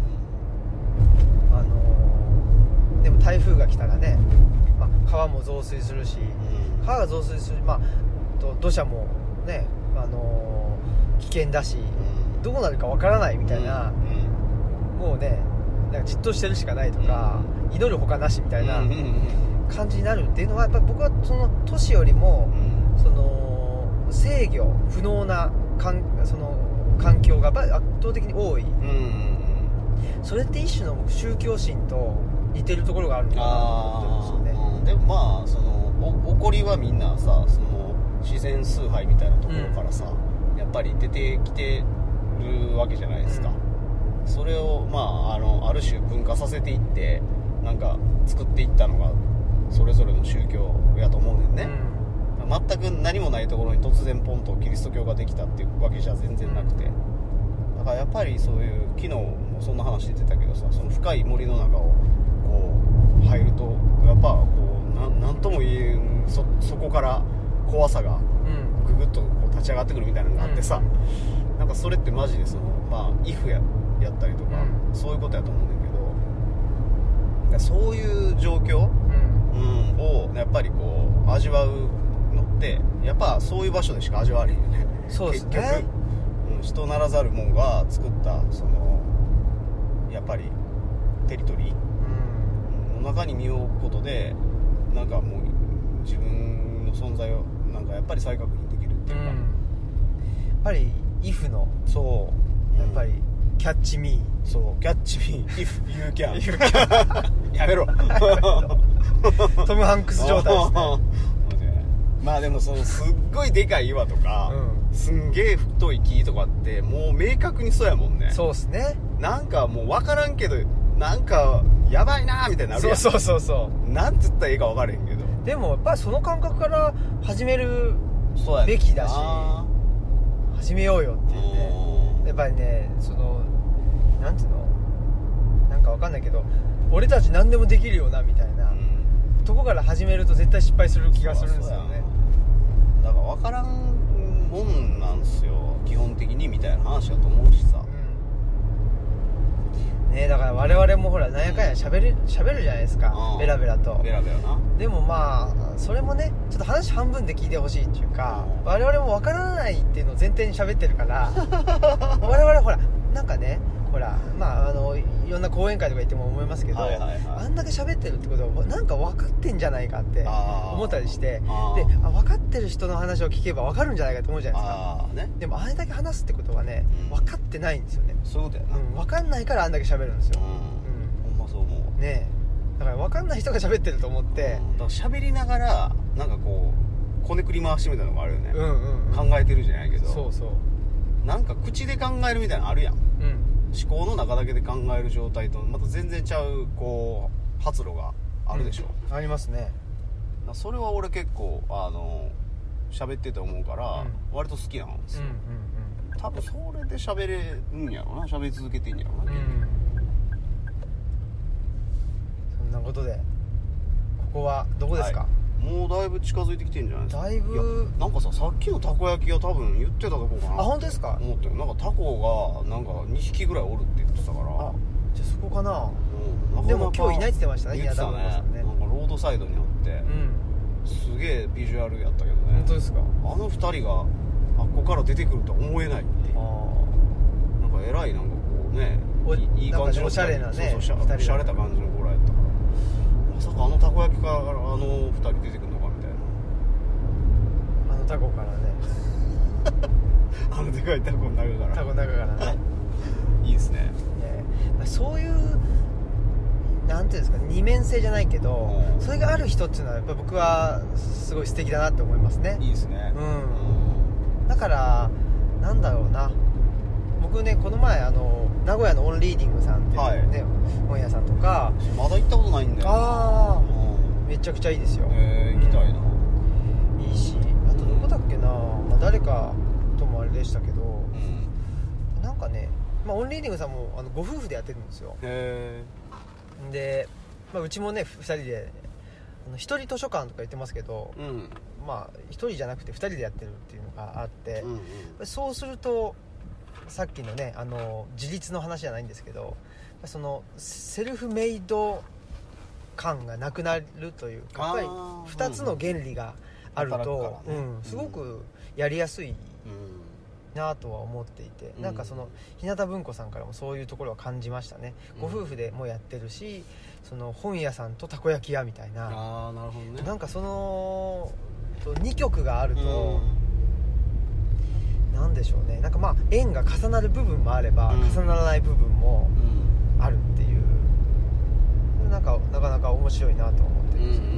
A: でも台風が来たらね、川も増水するし、川が増水する、土砂もね、危険だし、どうなるかわからないみたいな、もうね、なんかじっとしてるしかないとか、祈るほかなしみたいな感じになるっていうのは、やっぱり僕はその都市よりも、その制御不能なその環境がやっぱり圧倒的に多い、それって一種の宗教心と似てるところがあるのかなと思ってるんですよね。
B: でもその起こりはみんなさ、その自然崇拝みたいなところからさ、やっぱり出てきてるわけじゃないですか、それをある種分化させていって、なんか作っていったのがそれぞれの宗教やと思うねんね、全く何もないところに突然ポンとキリスト教ができたっていうわけじゃ全然なくて、だからやっぱりそういう、昨日もそんな話出てたけどさ、その深い森の中をこう入ると、やっぱこうなんとも言えん、そこから怖さがググッとこう立ち上がってくるみたいなのがあってさ、なんかそれってマジでそのイフやったりとか、そういうことやと思うんだけど、そういう状況、をやっぱりこう味わうのって、やっぱそういう場所でしか味わわれへんよね。
A: そうですね。
B: 結局、人ならざる者が作ったそのやっぱりテリトリーの中に身を置くことで、なんかもう自分の存在をなんかやっぱり再確認できるっていうか、やっ
A: ぱり if のやっぱりキャッチミー、
B: キャッチミー if you can やめろ
A: トム・ハンクス状態ですね。
B: でもそのすっごいでかい岩とか、すんげえ太い木とかってもう明確にそうやもんね。
A: そうっすね。
B: なんかもう分からんけど、なんかやばいなーみたいになるやん。
A: そう
B: なんつったらいいか分からへんけど、
A: でもやっぱりその感覚から始めるべきだし、始めようよって言って、やっぱりね、そのなんていうの、なんか分かんないけど、俺たち何でもできるよなみたいな、とこから始めると絶対失敗する気がするんですよね。
B: だから分からんもんなんすよ基本的にみたいな話だと思うしさ、
A: ね、だから我々もほらなんやかんや喋るじゃないですか、ベラベラと。
B: ベラベラな。
A: でもそれもね、ちょっと話半分で聞いてほしいっていうか、我々も分からないっていうのを前提に喋ってるから我々ほらなんかね、ほらいろんな講演会とか行っても思いますけど、あんだけ喋ってるってことはなんか分かってんじゃないかって思ったりして、で分かってる人の話を聞けば分かるんじゃないかと思うじゃないですか、でもあれだけ話すってことはね、分かってないんですよね。
B: そういうことやな、
A: 分かんないからあんだけ喋るんですよ。
B: ほんまそう思う
A: ねだから分かんない人が喋ってると思って、
B: だから喋りながらなんかこうこねくり回してみたいなのがあるよね、考えてるじゃないけど、
A: そうそう
B: なんか口で考えるみたいなのあるやん、思考の中だけで考える状態とまた全然ちゃうこう発露があるでしょ、
A: ありますね。
B: それは俺結構喋ってて思うから、割と好きなんですよ、多分それで喋れるんやろな、喋り続けてんやろな、
A: そんなことでここはどこですか？
B: もうだいぶ近づいてきてんじゃないですか。
A: だいぶ。
B: なんかさっきのたこ焼きが多分言ってたとこかな。
A: あ、本当ですか？
B: 思ったよ。なんかタコがなんか2匹ぐらいおるって言ってたから。
A: あ、じゃあそこかな。でも今日いないって言ってましたね。
B: 言ってたね。なんかロードサイドにあって、すげえビジュアルやったけどね。
A: 本当ですか？
B: あの2人があっこから出てくるとは思えないっていう。なんか偉いなんかこうね、いい感じの
A: おしゃれなね、
B: そうそう、おしゃれた感じの子らやったから、まさかあのたこ焼きからあの2人出てくるのかみたいな。
A: あのタコからね
B: あのでかいタコの中から
A: タコの中からね
B: いいですね。
A: そういうなんていうんですか、二面性じゃないけど、それがある人っていうのはやっぱり僕はすごい素敵だなって思いますね。
B: いいですね。
A: だからなんだろうな、僕ねこの前名古屋のオンリーディングさんっていうね、本屋さんとか
B: まだ行ったことないんだよ。
A: めちゃくちゃいいですよ。
B: 行きたいな。
A: いいし、あとどこだっけな、誰かともあれでしたけど、なんかね、オンリーディングさんもご夫婦でやってるんですよ。で、うちもね2人で一人図書館とか言ってますけど、一人じゃなくて2人でやってるっていうのがあって、そうするとさっきのね自立の話じゃないんですけど、そのセルフメイド感がなくなるというか、やっぱり2つの原理があると、すごくやりやすいなとは思っていて、なんかその日向文庫さんからもそういうところは感じましたね。ご夫婦でもやってるし、その本屋さんとたこ焼き屋みたいな、
B: なるほどね、
A: なんかその2曲があると、なんでしょうね、なんか縁が重なる部分もあれば、重ならない部分もあるっていう、なんかなかなか面白いなと思ってるんですけ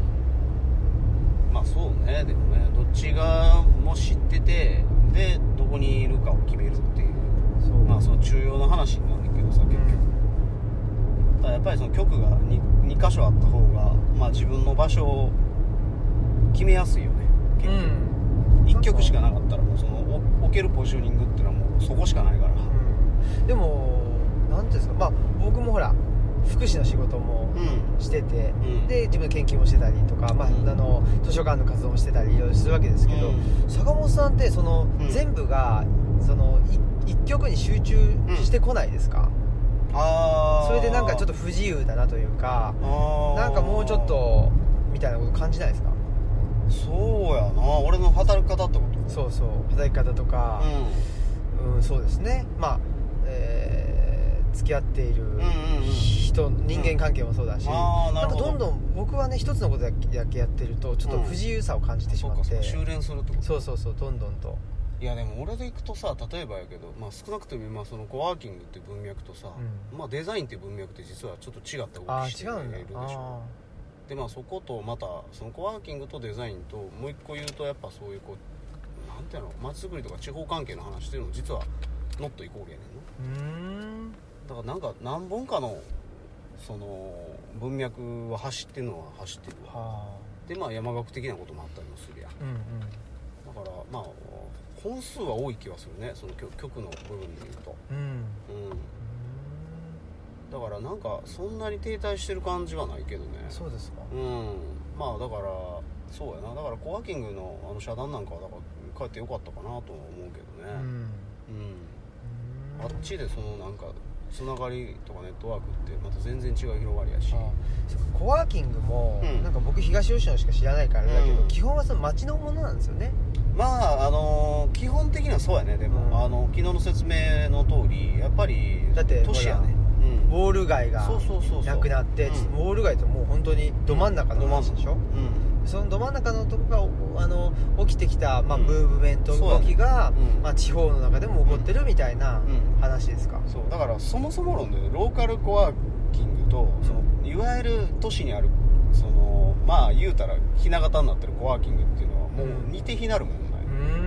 A: ど、
B: そうね。でもね、どっちがも知ってて、でどこにいるかを決めるっていう、その重要な話になるんだけどさ、結局、だからやっぱりその局が 2箇所あった方が、自分の場所を決めやすいよね。結局、1局しかなかったらもうその置けるポジショニングっていうのはもうそこしかないから、
A: でもなんていうんですか、僕もほら福祉の仕事もしてて、で自分の研究もしてたりとか、図書館の活動もしてたりいろいろするわけですけど、坂本さんってその、全部がその一曲に集中してこないですか？それでなんかちょっと不自由だなというか、なんかもうちょっとみたいなこと感じないですか？
B: そうやな、俺の働き方ってこと？
A: そうそう、働き方とか、そうですね、付き合っている人、人間関係もそうだし、なんかどんどん僕はね一つのことだけやってるとちょっと不自由さを感じてしまって、
B: 修練するってこと？
A: そうどんどんと。
B: いやでも俺で行くとさ、例えばやけど、少なくとも今そのコワーキングっていう文脈とさ、デザインっていう文脈って実はちょっと違った動きしているでしょ。でそことまたそのコワーキングとデザインともう一個言うと、やっぱそういうなんていうの、街づくりとか地方関係の話っていうのも実はノットイコールやねんの。だからなんか何本かのその文脈は走ってるのは走ってるわ。で山岳的なこともあったりもするやん。だから本数は多い気はするね、その曲の部分で言うと。だからなんかそんなに停滞してる感じはないけどね。
A: そうですか。
B: だからそうやな、だからコワーキングの遮断なんかはだから帰ってよかったかなとは思うけどね。あっちでそのなんかつながりとかネットワークってまた全然違う広がりやし、
A: コワーキングも、なんか僕東吉野しか知らないからだけど、基本はその街のものなんですよね。
B: 基本的にはそうやね。でも、昨日の説明の通りやっぱり
A: だって
B: 都市やね。
A: ウォール街がなくなって、ウォール街ってもう本当にど真ん中の話でしょ。そのど真ん中のとこが起きてきた、ムーブメント動きが、地方の中でも起こってるみたいな話ですか。
B: そうだからそもそも論でローカルコワーキングとそのいいわゆる都市にあるそのまあ言うたらひな形になってるコワーキングっていうのはもう似て非なるもんない、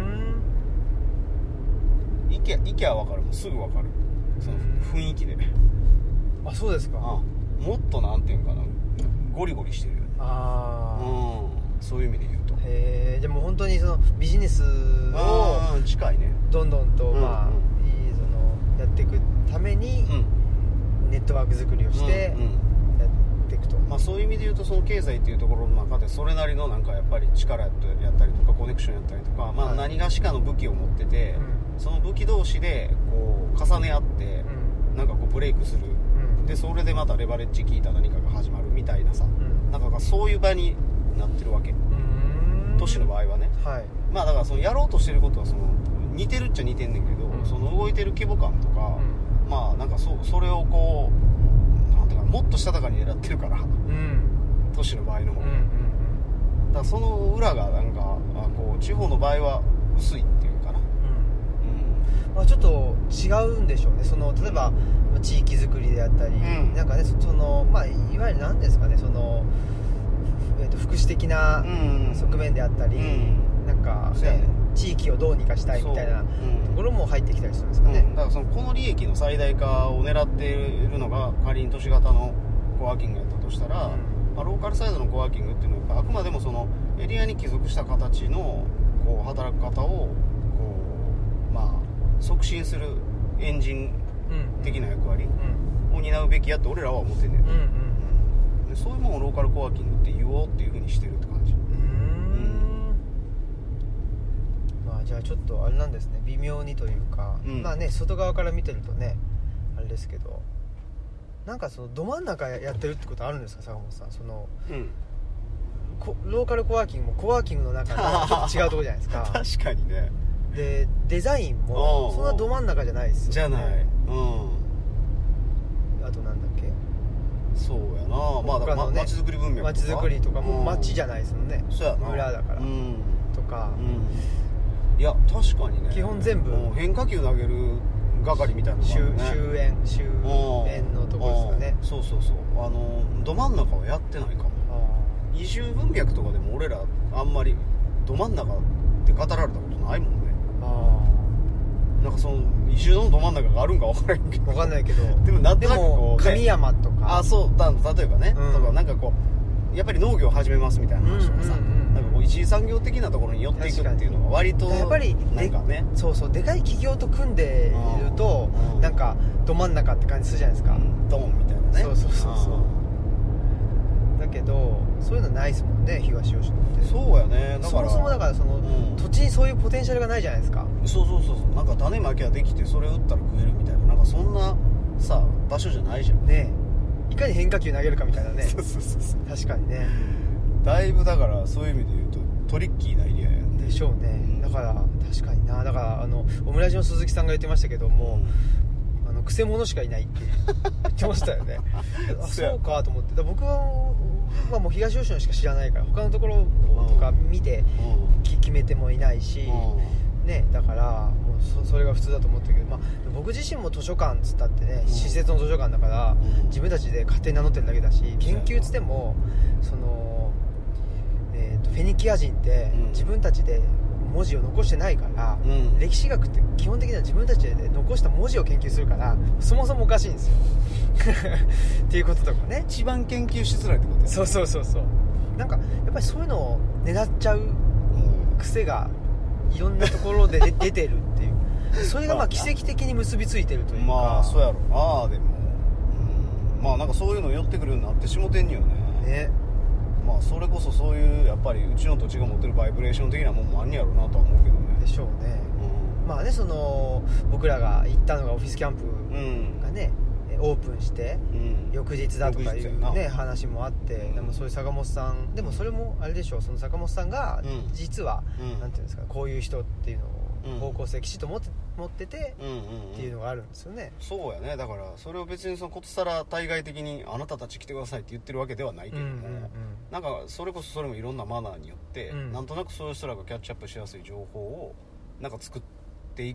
B: 行きゃ分かる、もうすぐ分かる、その雰囲気で。
A: あ、そうですか。
B: もっとなんていうんかな、ゴリゴリしてるよね。そういう意味で言うと。
A: へえ。でも本当にそのビジネスを
B: 近いね、
A: どんどんとまあそのやっていくためにネットワーク作りをしてやっていくと。
B: まあそういう意味で言うと、その経済っていうところの中でそれなりのなんかやっぱり力やったりとかコネクションやったりとか、まあ何がしかの武器を持ってて、その武器同士でこう重ね合ってなんかこうブレイクする、でそれでまたレバレッジ効いた何かが始まるみたいなさ、なんかそういう場になってるわけ、都市の場合はね、まあだからそのやろうとしてることはその似てるっちゃ似てんねんけど、その動いてる規模感とか、まあなんかそれをこうなんていうかもっとしたたかに狙ってるから、都市の場合の方が、だからその裏がなんかこう地方の場合は薄いっていうかな、
A: まあ、ちょっと違うんでしょうね。その例えば地域づくりであったり、なんかね、そのまあいわゆる何ですかね、その福祉的な側面であったり、なんかね、地域をどうにかしたいみたいなところも入ってきたりするんですかね。
B: だからそのこの利益の最大化を狙っているのが仮に都市型のコワーキングやったとしたら、まあ、ローカルサイドのコワーキングっていうのはやっぱあくまでもそのエリアに帰属した形のこう働く方をこう、まあ、促進するエンジン的な役割を担うべきやって俺らは思ってんねん、でそういうものをローカルコワーキングって言おうっていう風にしてるって感じ。
A: まあじゃあちょっとあれなんですね、微妙にというか、まあね、外側から見てるとねあれですけど、なんかそのど真ん中やってるってことあるんですか、坂本さん。その、ローカルコワーキングもコワーキングの中のちょっと違うところじゃないですか
B: 確かにね。
A: でデザインもそんなど真ん中じゃないですよね。
B: じゃない。
A: あとなんだっけ、
B: そうやな、まあだから街づくり文脈とか、
A: 街づくりとかも街じゃないですもんね。
B: そうやな、
A: 村だから、とか、
B: いや確かにね、
A: 基本全部
B: 変化球投げる係みたいなのがあるね。
A: 終焉のところですかね。
B: そうど真ん中はやってないかも。移住文脈とかでも俺らあんまりど真ん中って語られたことないもんね。なんかその移住のど真ん中があるんか分からへんけど、
A: 分かんないけど
B: でもなんとなくこう、
A: 神山とか、
B: 例えばね、とかなんかこうやっぱり農業を始めますみたいな話とかさ、なんかこう一次産業的なところに寄っていくっていうのが割と
A: やっぱり
B: なんかね、
A: そうでかい企業と組んでいるとなんかど真ん中って感じするじゃないですか、
B: ドンみたいなね。
A: そうだけどそういうのないですもんね、東吉野って。
B: そうやね。だから
A: そもそもだからその、土地にそういうポテンシャルがないじゃないですか。
B: そうなんか種まきはできてそれを打ったら食えるみたいな、なんかそんなさ場所じゃないじゃん
A: ね。いかに変化球投げるかみたいなね。
B: そう
A: 確かにね。
B: だいぶだからそういう意味で言うとトリッキーなエリアやん
A: でしょうね、だから確かにな。だからオムラジの鈴木さんが言ってましたけども、くせ者しかいないって言ってましたよねそうかと思って。僕はもう東吉野しか知らないから、他のところとか見て決めてもいないし、ね、だからもうそれが普通だと思ってるけど、まあ、僕自身も図書館っつったってね、施設の図書館だから、自分たちで勝手に名乗ってるだけだし、研究っつってもその、フェニキア人って自分たちで文字を残してないから、歴史学って基本的には自分たちで残した文字を研究するから、そもそもおかしいんですよっていうこととかね。
B: 一番研究しづらいってこと
A: や。そうなんかやっぱりそういうのを狙っちゃう癖がいろんなところで出てるっていうそれがまあ奇跡的に結びついてるというか、
B: まあそうやろな。でもまあなんかそういうの寄ってくるようになってしもてんによね。まあそれこそそういうやっぱりうちの土地が持ってるバイブレーション的なもんもあんにやろうなとは思うけどね。
A: でしょうね、まあね、その僕らが行ったのがオフィスキャンプがね、オープンして、翌日だとかいうね話もあって、でもそういう坂本さんでもそれもあれでしょう、その坂本さんが実は、なんていうんですか、こういう人っていうのを方向性きちっと持っててっていうのがあるんですよね。
B: そうやね。だからそれを別にそのことさら対外的にあなたたち来てくださいって言ってるわけではないけども、なんかそれこそそれもいろんなマナーによって、なんとなくそういう人らがキャッチアップしやすい情報をなんか作っていくっ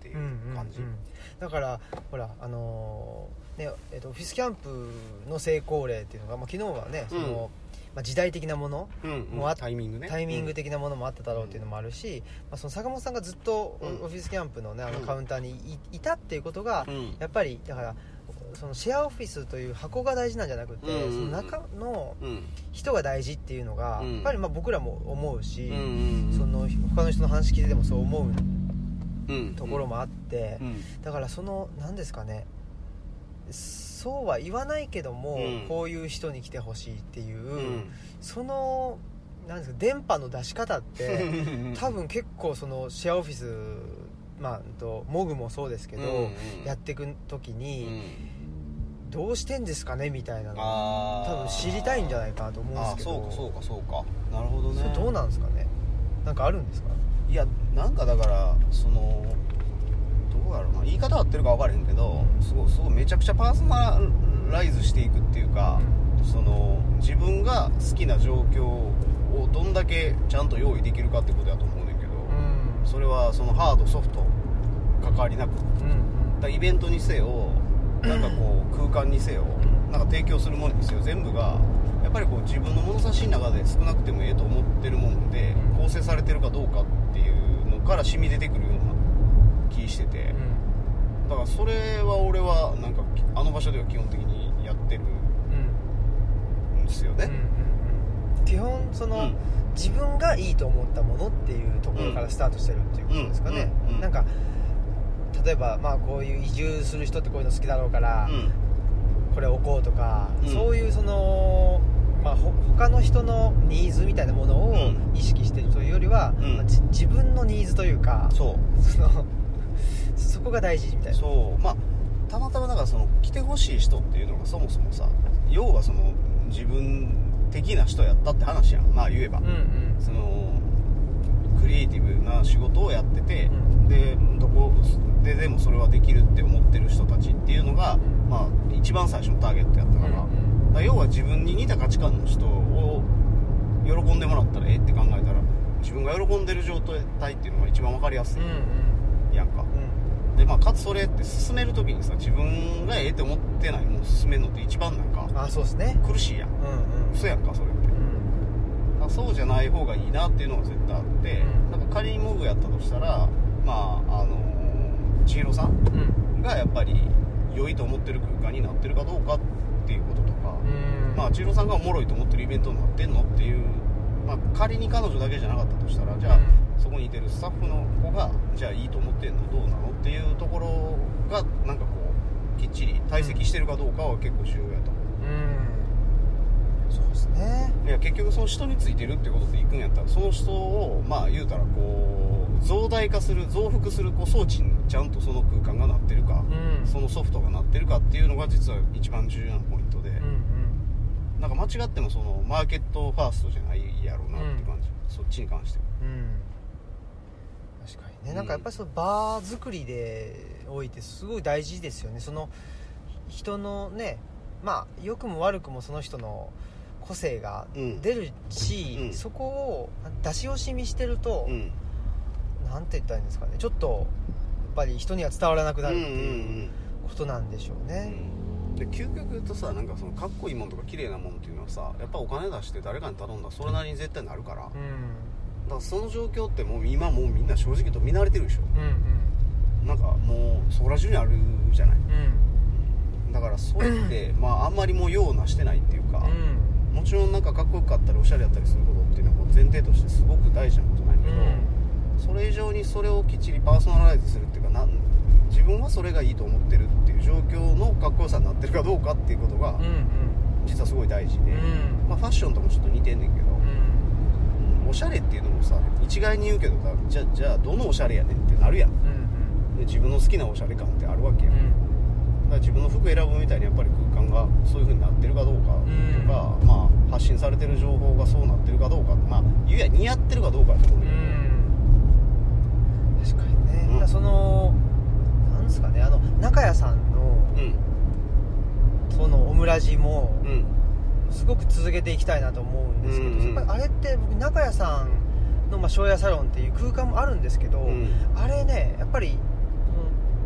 B: っていう感じ、
A: だからほらねオフィスキャンプの成功例っていうのが、昨日はねその、時代的なものも
B: タイミングね、
A: タイミング的なものもあっただろうっていうのもあるし、その坂本さんがずっとオフィスキャンプのねカウンターにいたっていうことが、やっぱりだからそのシェアオフィスという箱が大事なんじゃなくて、その中の人が大事っていうのが、やっぱり僕らも思うし、その他の人の話聞いててもそう思うところもあって、だからその何ですかね、そうは言わないけども、こういう人に来てほしいっていう、そのなんですか電波の出し方って多分結構そのシェアオフィスモグもそうですけど、やっていく時に、どうしてんですかねみたいなの多分知りたいんじゃないかなと思うんですけど。
B: そうかなるほどね。
A: どうなんですかね、なんかあるんですか。
B: いやなんかだからそのどうやろうな、言い方合ってるか分からへんけど、すごいめちゃくちゃパーソナライズしていくっていうか、その自分が好きな状況をどんだけちゃんと用意できるかってことだと思うねんけど、それはそのハードソフト関わりなく、だイベントにせよなんかこう空間にせよなんか提供するものにせよ、全部がやっぱりこう自分の物差しの中で少なくてもええと思ってるもので構成されてるかどうかっていうのから染み出てくるような気してて、だからそれは俺はなんかあの場所では基本的にやってるんですよね、
A: 基本その、自分がいいと思ったものっていうところからスタートしてるっていうことですかね、なんか例えばこういう移住する人ってこういうの好きだろうから、これ置こうとか、そういうその他の人のニーズみたいなものを意識しているというよりは、自分のニーズというか、そこが大事みたいな。
B: たまたまだからその来てほしい人っていうのがそもそもさ、要はその自分的な人やったって話やん、言えば、そのクリエイティブな仕事をやってて、でどこででもそれはできるって思ってる人たちっていうのが、一番最初のターゲットやったから、要は自分に似た価値観の人を喜んでもらったらええって考えたら、自分が喜んでる状態っていうのが一番分かりやすいやんか、でかつそれって進めるときにさ、自分がええって思ってないものを進めるのって一番なんか
A: そうですね、
B: 苦しいやん、嘘やんかそれって、そうじゃない方がいいなっていうのが絶対あって、なんか仮にモグやったとしたら、千尋さんがやっぱり良いと思ってる空間になってるかどうかっていうこととか、千尋さんがおもろいと思ってるイベントになってんのっていう、仮に彼女だけじゃなかったとしたら、じゃあそこにいてるスタッフの子がじゃあいいと思ってんのどうなのっていうところがなんかこうきっちり堆積してるかどうかは結構重要やと思う。
A: そうですね。
B: いや結局その人についてるってことでいくんやったら、その人を言うたらこう増大化する増幅するこう装置にちゃんとその空間がなってるか、そのソフトがなってるかっていうのが実は一番重要なポイントで、なんか間違ってもそのマーケットファーストじゃないやろうなって感じ、そっちに関しては。
A: 確かにね、なんかやっぱりそのバー作りでおいてすごい大事ですよね。その人のね、良くも悪くもその人の個性が出るし、そこを出し惜しみしてると、なんて言ったらいいんですかね、ちょっとやっぱり人には伝わらなくなるっていうことなんでしょうね。
B: で究極言うとさ、なんかそのかっこいいものとか綺麗なものっていうのはさ、やっぱお金出して誰かに頼んだらそれなりに絶対なるから、だからその状況ってもう今もうみんな正直言うと見慣れてるでしょ、なんかもうそこら中にあるじゃない、だからそれってあんまりもう用なしてないっていうか、もちろんなんかかっこよかったりおしゃれやったりすることっていうのは前提としてすごく大事なことなんやけど、それ以上にそれをきっちりパーソナライズするっていうか、自分はそれがいいと思ってるっていう状況のかっこよさになってるかどうかっていうことが実はすごい大事で、ファッションともちょっと似てんねんけど、おしゃれっていうのもさ一概に言うけどさ、じゃあどのおしゃれやねんってなるやん、で自分の好きなおしゃれ感ってあるわけやん、だから自分の服選ぶみたいにやっぱり空間がそういう風になってるかどうかとか、発信されてる情報がそうなってるかどうか、言うや似合ってるかどうかってことだけ
A: ど、確かにね、そのなんですかね、中谷さんの、そのオムラジも、すごく続けていきたいなと思うんですけど、やっぱりあれって僕中谷さんの庄屋サロンっていう空間もあるんですけど、あれねやっぱり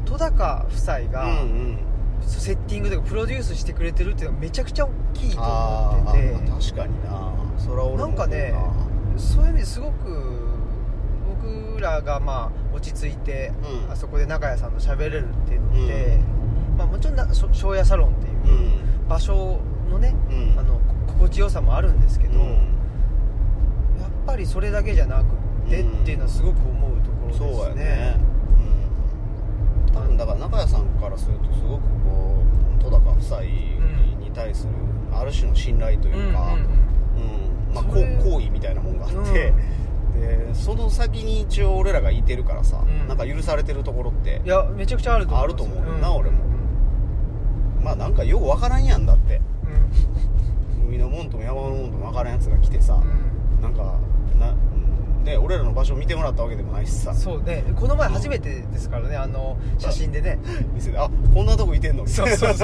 A: 戸高夫妻が、セッティングとかプロデュースしてくれてるっていうのはめちゃくちゃ大きいと思ってて、
B: 確かにな、それは俺も
A: なんかね、そういう意味ですごく僕らがまあ落ち着いて、あそこで中谷さんと喋れるっていうので、まあ、もちろん庄屋サロンっていう場所のね、心地よさもあるんですけど、やっぱりそれだけじゃなくてっていうのはすごく思うところですね。
B: そうやね、多分だから中谷さんからするとすごくこう戸高夫妻に対するある種の信頼というか、まあ、好意みたいなもんがあって、でその先に一応俺らがいてるからさ、なんか許されてるところって
A: いやめちゃくちゃあると思う
B: な、俺も、まあなんかよく分からんやんだって、海のもんとも山のもんとも分からんやつが来てさ、なんかね、俺らの場所見てもらったわけでもないしさ。
A: そうね、この前初めてですからね、写真でね
B: 店で、あ、こんなとこいてんのみたいな。
A: そう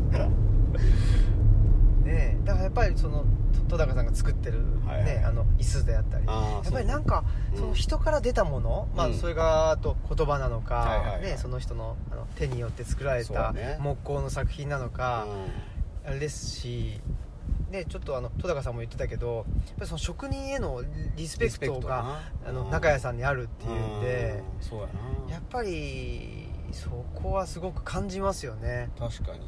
A: ね、だからやっぱりその戸高さんが作ってる、ね、椅子であったり、やっぱりなんかその人から出たもの、まあ、それがあと言葉なのか、ね、その人の手によって作られた木工の作品なのか、あれですし、ね、ちょっと戸高さんも言ってたけど、やっぱりその職人へのリスペクトが中谷さんにあるっていうんで、
B: そうやな、
A: やっぱりそこはすごく感じますよね。
B: 確かに、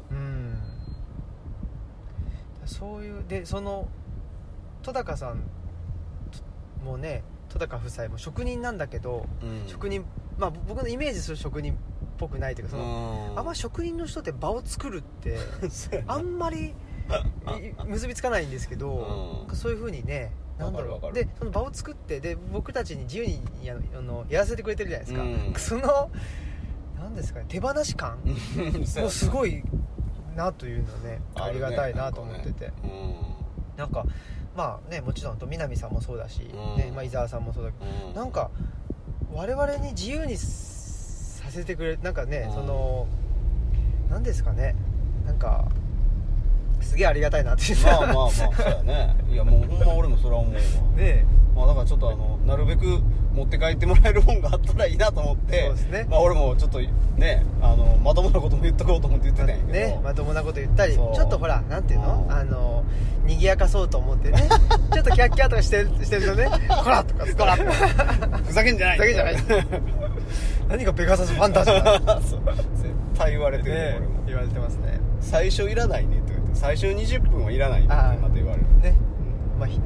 A: そういうで、その戸高さんもね、戸高夫妻も職人なんだけど、職人、まあ、僕のイメージする職人っぽくないというか、そのあんま職人の人って場を作るってあんまり結びつかないんですけど、そういう風にね、なんだろう、でその場を作って、で僕たちに自由にやらせてくれてるじゃないですか、そのなんですかね、手放し感もすごいなというのはね、ありがたいなと思ってて、なんかまあね、もちろん南さんもそうだし、ね、まあ、伊沢さんもそうだけど、なんか我々に自由にさせてくれる、なんかね、そのなんですかね、なんかすげえありがたいなっていう。
B: まあそうやね。いやもうほんま俺もそれは思うわね。まあだからちょっとなるべく持って帰ってもらえる本があったらいいなと思って、そうですね、まあ俺もちょっとね、まともなことも言っとこうと思って言ってたんやけどね、
A: まともなこと言ったり、ちょっとほら、なんていうの、賑やかそうと思ってねちょっとキャッキャとかしてるとねこらとかこらとか
B: ふざけんじゃない
A: 何がペガサスファンタジーだ
B: 絶対言われてるね、俺も
A: 言われてますね。
B: 最初いらないねって言って、最初20分はいらないねってまた言われるね。
A: まあ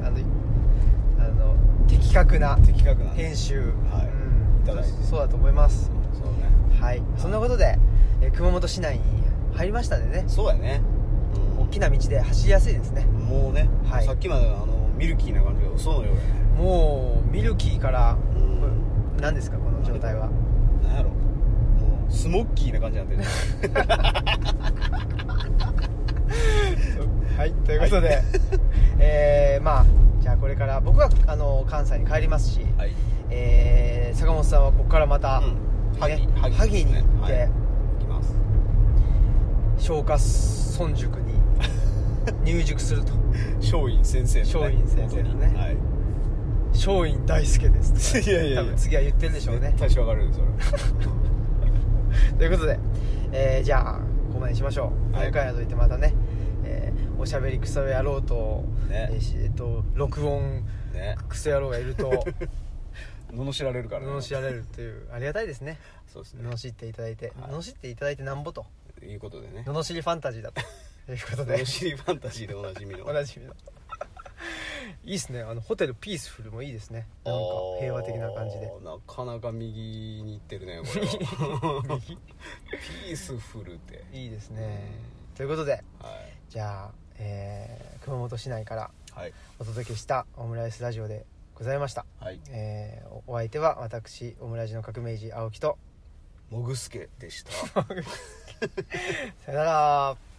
A: 的確な編集、いただいて、そうだと思います。そうね、はい、そんなことで熊本市内に入りましたんでね。
B: そうやね、
A: 大きな道で走りやすいですね。
B: もうね、さっきまでミルキーな感じが嘘のようやね。も
A: うミルキーから、何ですかこの状態は。
B: 何やろ、もうスモッキーな感じになってる
A: はい、ということで、まあじゃあこれから僕は関西に帰りますし、坂本さんはここからまた、萩に行って、
B: 行きます。
A: 松下村塾に入塾すると
B: 松陰先生の
A: ね、松陰大輔です
B: いや
A: 多分次は言ってるでしょうね。
B: 絶対わかるよそ
A: れということで、じゃあここまでにしましょう。今回はといってまたね、おしゃべりクソ野郎と、録音クソ野郎がいると
B: 罵られるからね。
A: 罵られるというありがたいですね。
B: そうですね、
A: 罵っていただいて、罵っていただいてなんぼと
B: いうことでね、
A: 罵りファンタジーだということで、
B: 罵りファンタジーでおなじみの
A: いいですね。ホテルピースフルもいいですね。なんか平和的な感じで、
B: なかなか右に行ってるねこれは右ピースフルって
A: いいですね、ということで、じゃあ、熊本市内からお届けしたオムライスラジオでございました。お相手は私オムラジの革命児青木と
B: もぐすけでした
A: さよなら。